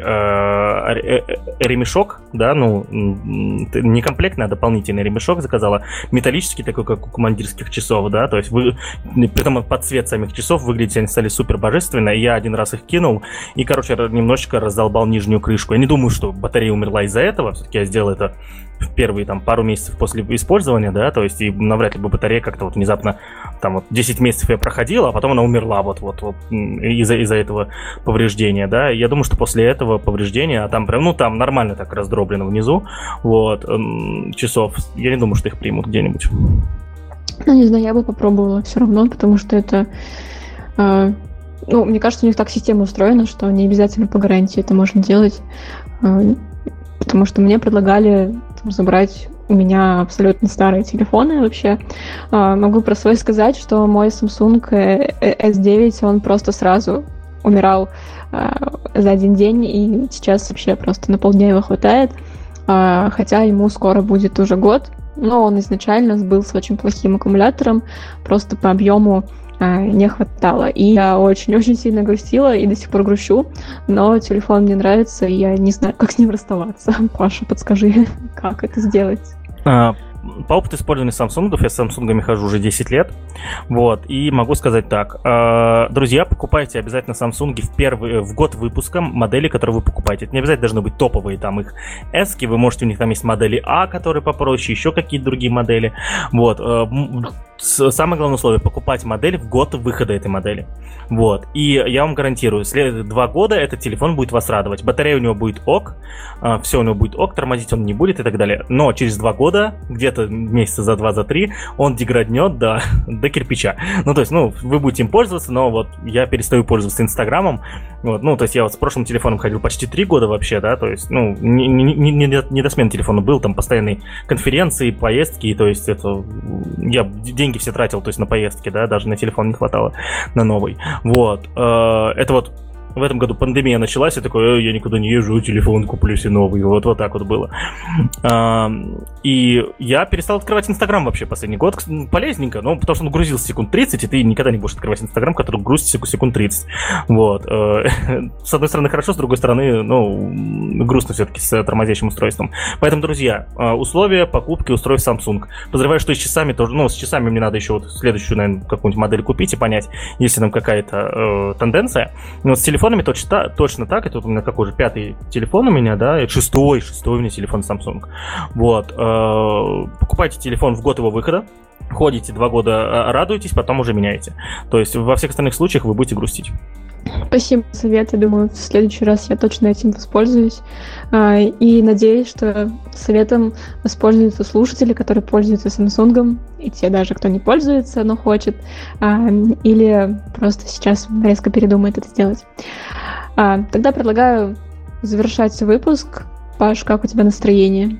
ремешок, да, ну, не комплектный, а дополнительный ремешок заказала, металлический такой, как у командирских часов, да, то есть притом под цвет самих часов выглядеть они стали супер божественно, я один раз их кинул и, короче, немножечко раздолбал нижнюю крышку. Я не думаю, что батарея умерла из-за этого, все-таки я сделал это в первые там пару месяцев после использования, да, то есть и навряд ли бы батарея как-то вот внезапно там вот 10 месяцев я проходила, а потом она умерла вот из-за этого повреждения, да. Я думаю, что после этого повреждения, а там прям, ну там нормально так раздроблено внизу, вот, часов, я не думаю, что их примут где-нибудь. Ну, не знаю, я бы попробовала все равно, потому что это, ну, мне кажется, у них так система устроена, что не обязательно по гарантии это можно делать, потому что мне предлагали забрать у меня абсолютно старые телефоны вообще. Могу про свой сказать, что мой Samsung S9, он просто сразу умирал за один день, и сейчас вообще просто на полдня его хватает, хотя ему скоро будет уже год, но он изначально был с очень плохим аккумулятором, просто по объему не хватало. И я очень-очень сильно грустила и до сих пор грущу, но телефон мне нравится, и я не знаю, как с ним расставаться. Паша, подскажи, как это сделать? По опыту использования Samsung, я с Samsung хожу уже 10 лет, вот, и могу сказать так, друзья, покупайте обязательно Samsung в год выпуска модели, которые вы покупаете. Это не обязательно должны быть топовые, там их S-ки, вы можете, у них там есть модели А, которые попроще, еще какие-то другие модели, вот. Самое главное условие — покупать модель в год выхода этой модели. Вот. И я вам гарантирую, 2 года этот телефон будет вас радовать. Батарея у него будет ок, все у него будет ок, тормозить он не будет и так далее. Но через 2 года, где-то месяца за 2, за 3, он деграднет до кирпича. Ну, то есть, ну, вы будете им пользоваться, но вот я перестаю пользоваться Инстаграмом. Вот. Ну, то есть я вот с прошлым телефоном ходил почти 3 года вообще, да, то есть, ну, не до смены телефона был, там постоянные конференции, поездки, то есть это я деньги все тратил, то есть на поездки, да, даже на телефон не хватало, на новый. Вот. Это вот в этом году пандемия началась, я такой, я никуда не езжу, телефон куплю себе новый. Вот так вот было. И я перестал открывать Инстаграм вообще последний год. Полезненько, но потому что он грузился секунд 30, и ты никогда не будешь открывать Инстаграм, который грузится секунд 30. Вот. С одной стороны хорошо, с другой стороны, ну, грустно все-таки с тормозящим устройством. Поэтому, друзья, условия покупки устройств Samsung. Подозреваю, что и с часами тоже, ну, с часами мне надо еще вот следующую, наверное, какую-нибудь модель купить и понять, если там какая-то тенденция. Но с телефонами точно так. Это вот у меня какой же 5-й телефон у меня, да, это 6-й у меня телефон Samsung. Вот. Покупайте телефон в год его выхода, ходите 2 года, радуетесь, потом уже меняете. То есть во всех остальных случаях вы будете грустить. Спасибо за совет. Я думаю, в следующий раз я точно этим воспользуюсь. И надеюсь, что советом воспользуются слушатели, которые пользуются Samsung, и те даже, кто не пользуется, но хочет, или просто сейчас резко передумает это сделать. Тогда предлагаю завершать выпуск. Паш, как у тебя настроение?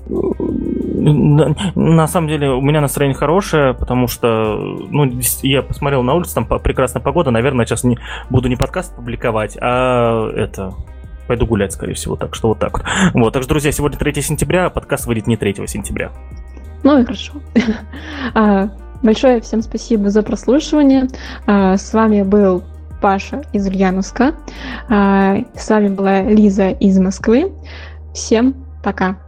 На самом деле у меня настроение хорошее, потому что, ну, я посмотрел на улицу, там прекрасная погода, наверное, сейчас буду не подкаст публиковать, а пойду гулять, скорее всего, так что вот так вот. Вот, так что, друзья, сегодня 3 сентября, а подкаст выйдет не 3 сентября. Ну и хорошо. Большое всем спасибо за прослушивание. С вами был Паша из Ульяновска. С вами была Лиза из Москвы. Всем пока!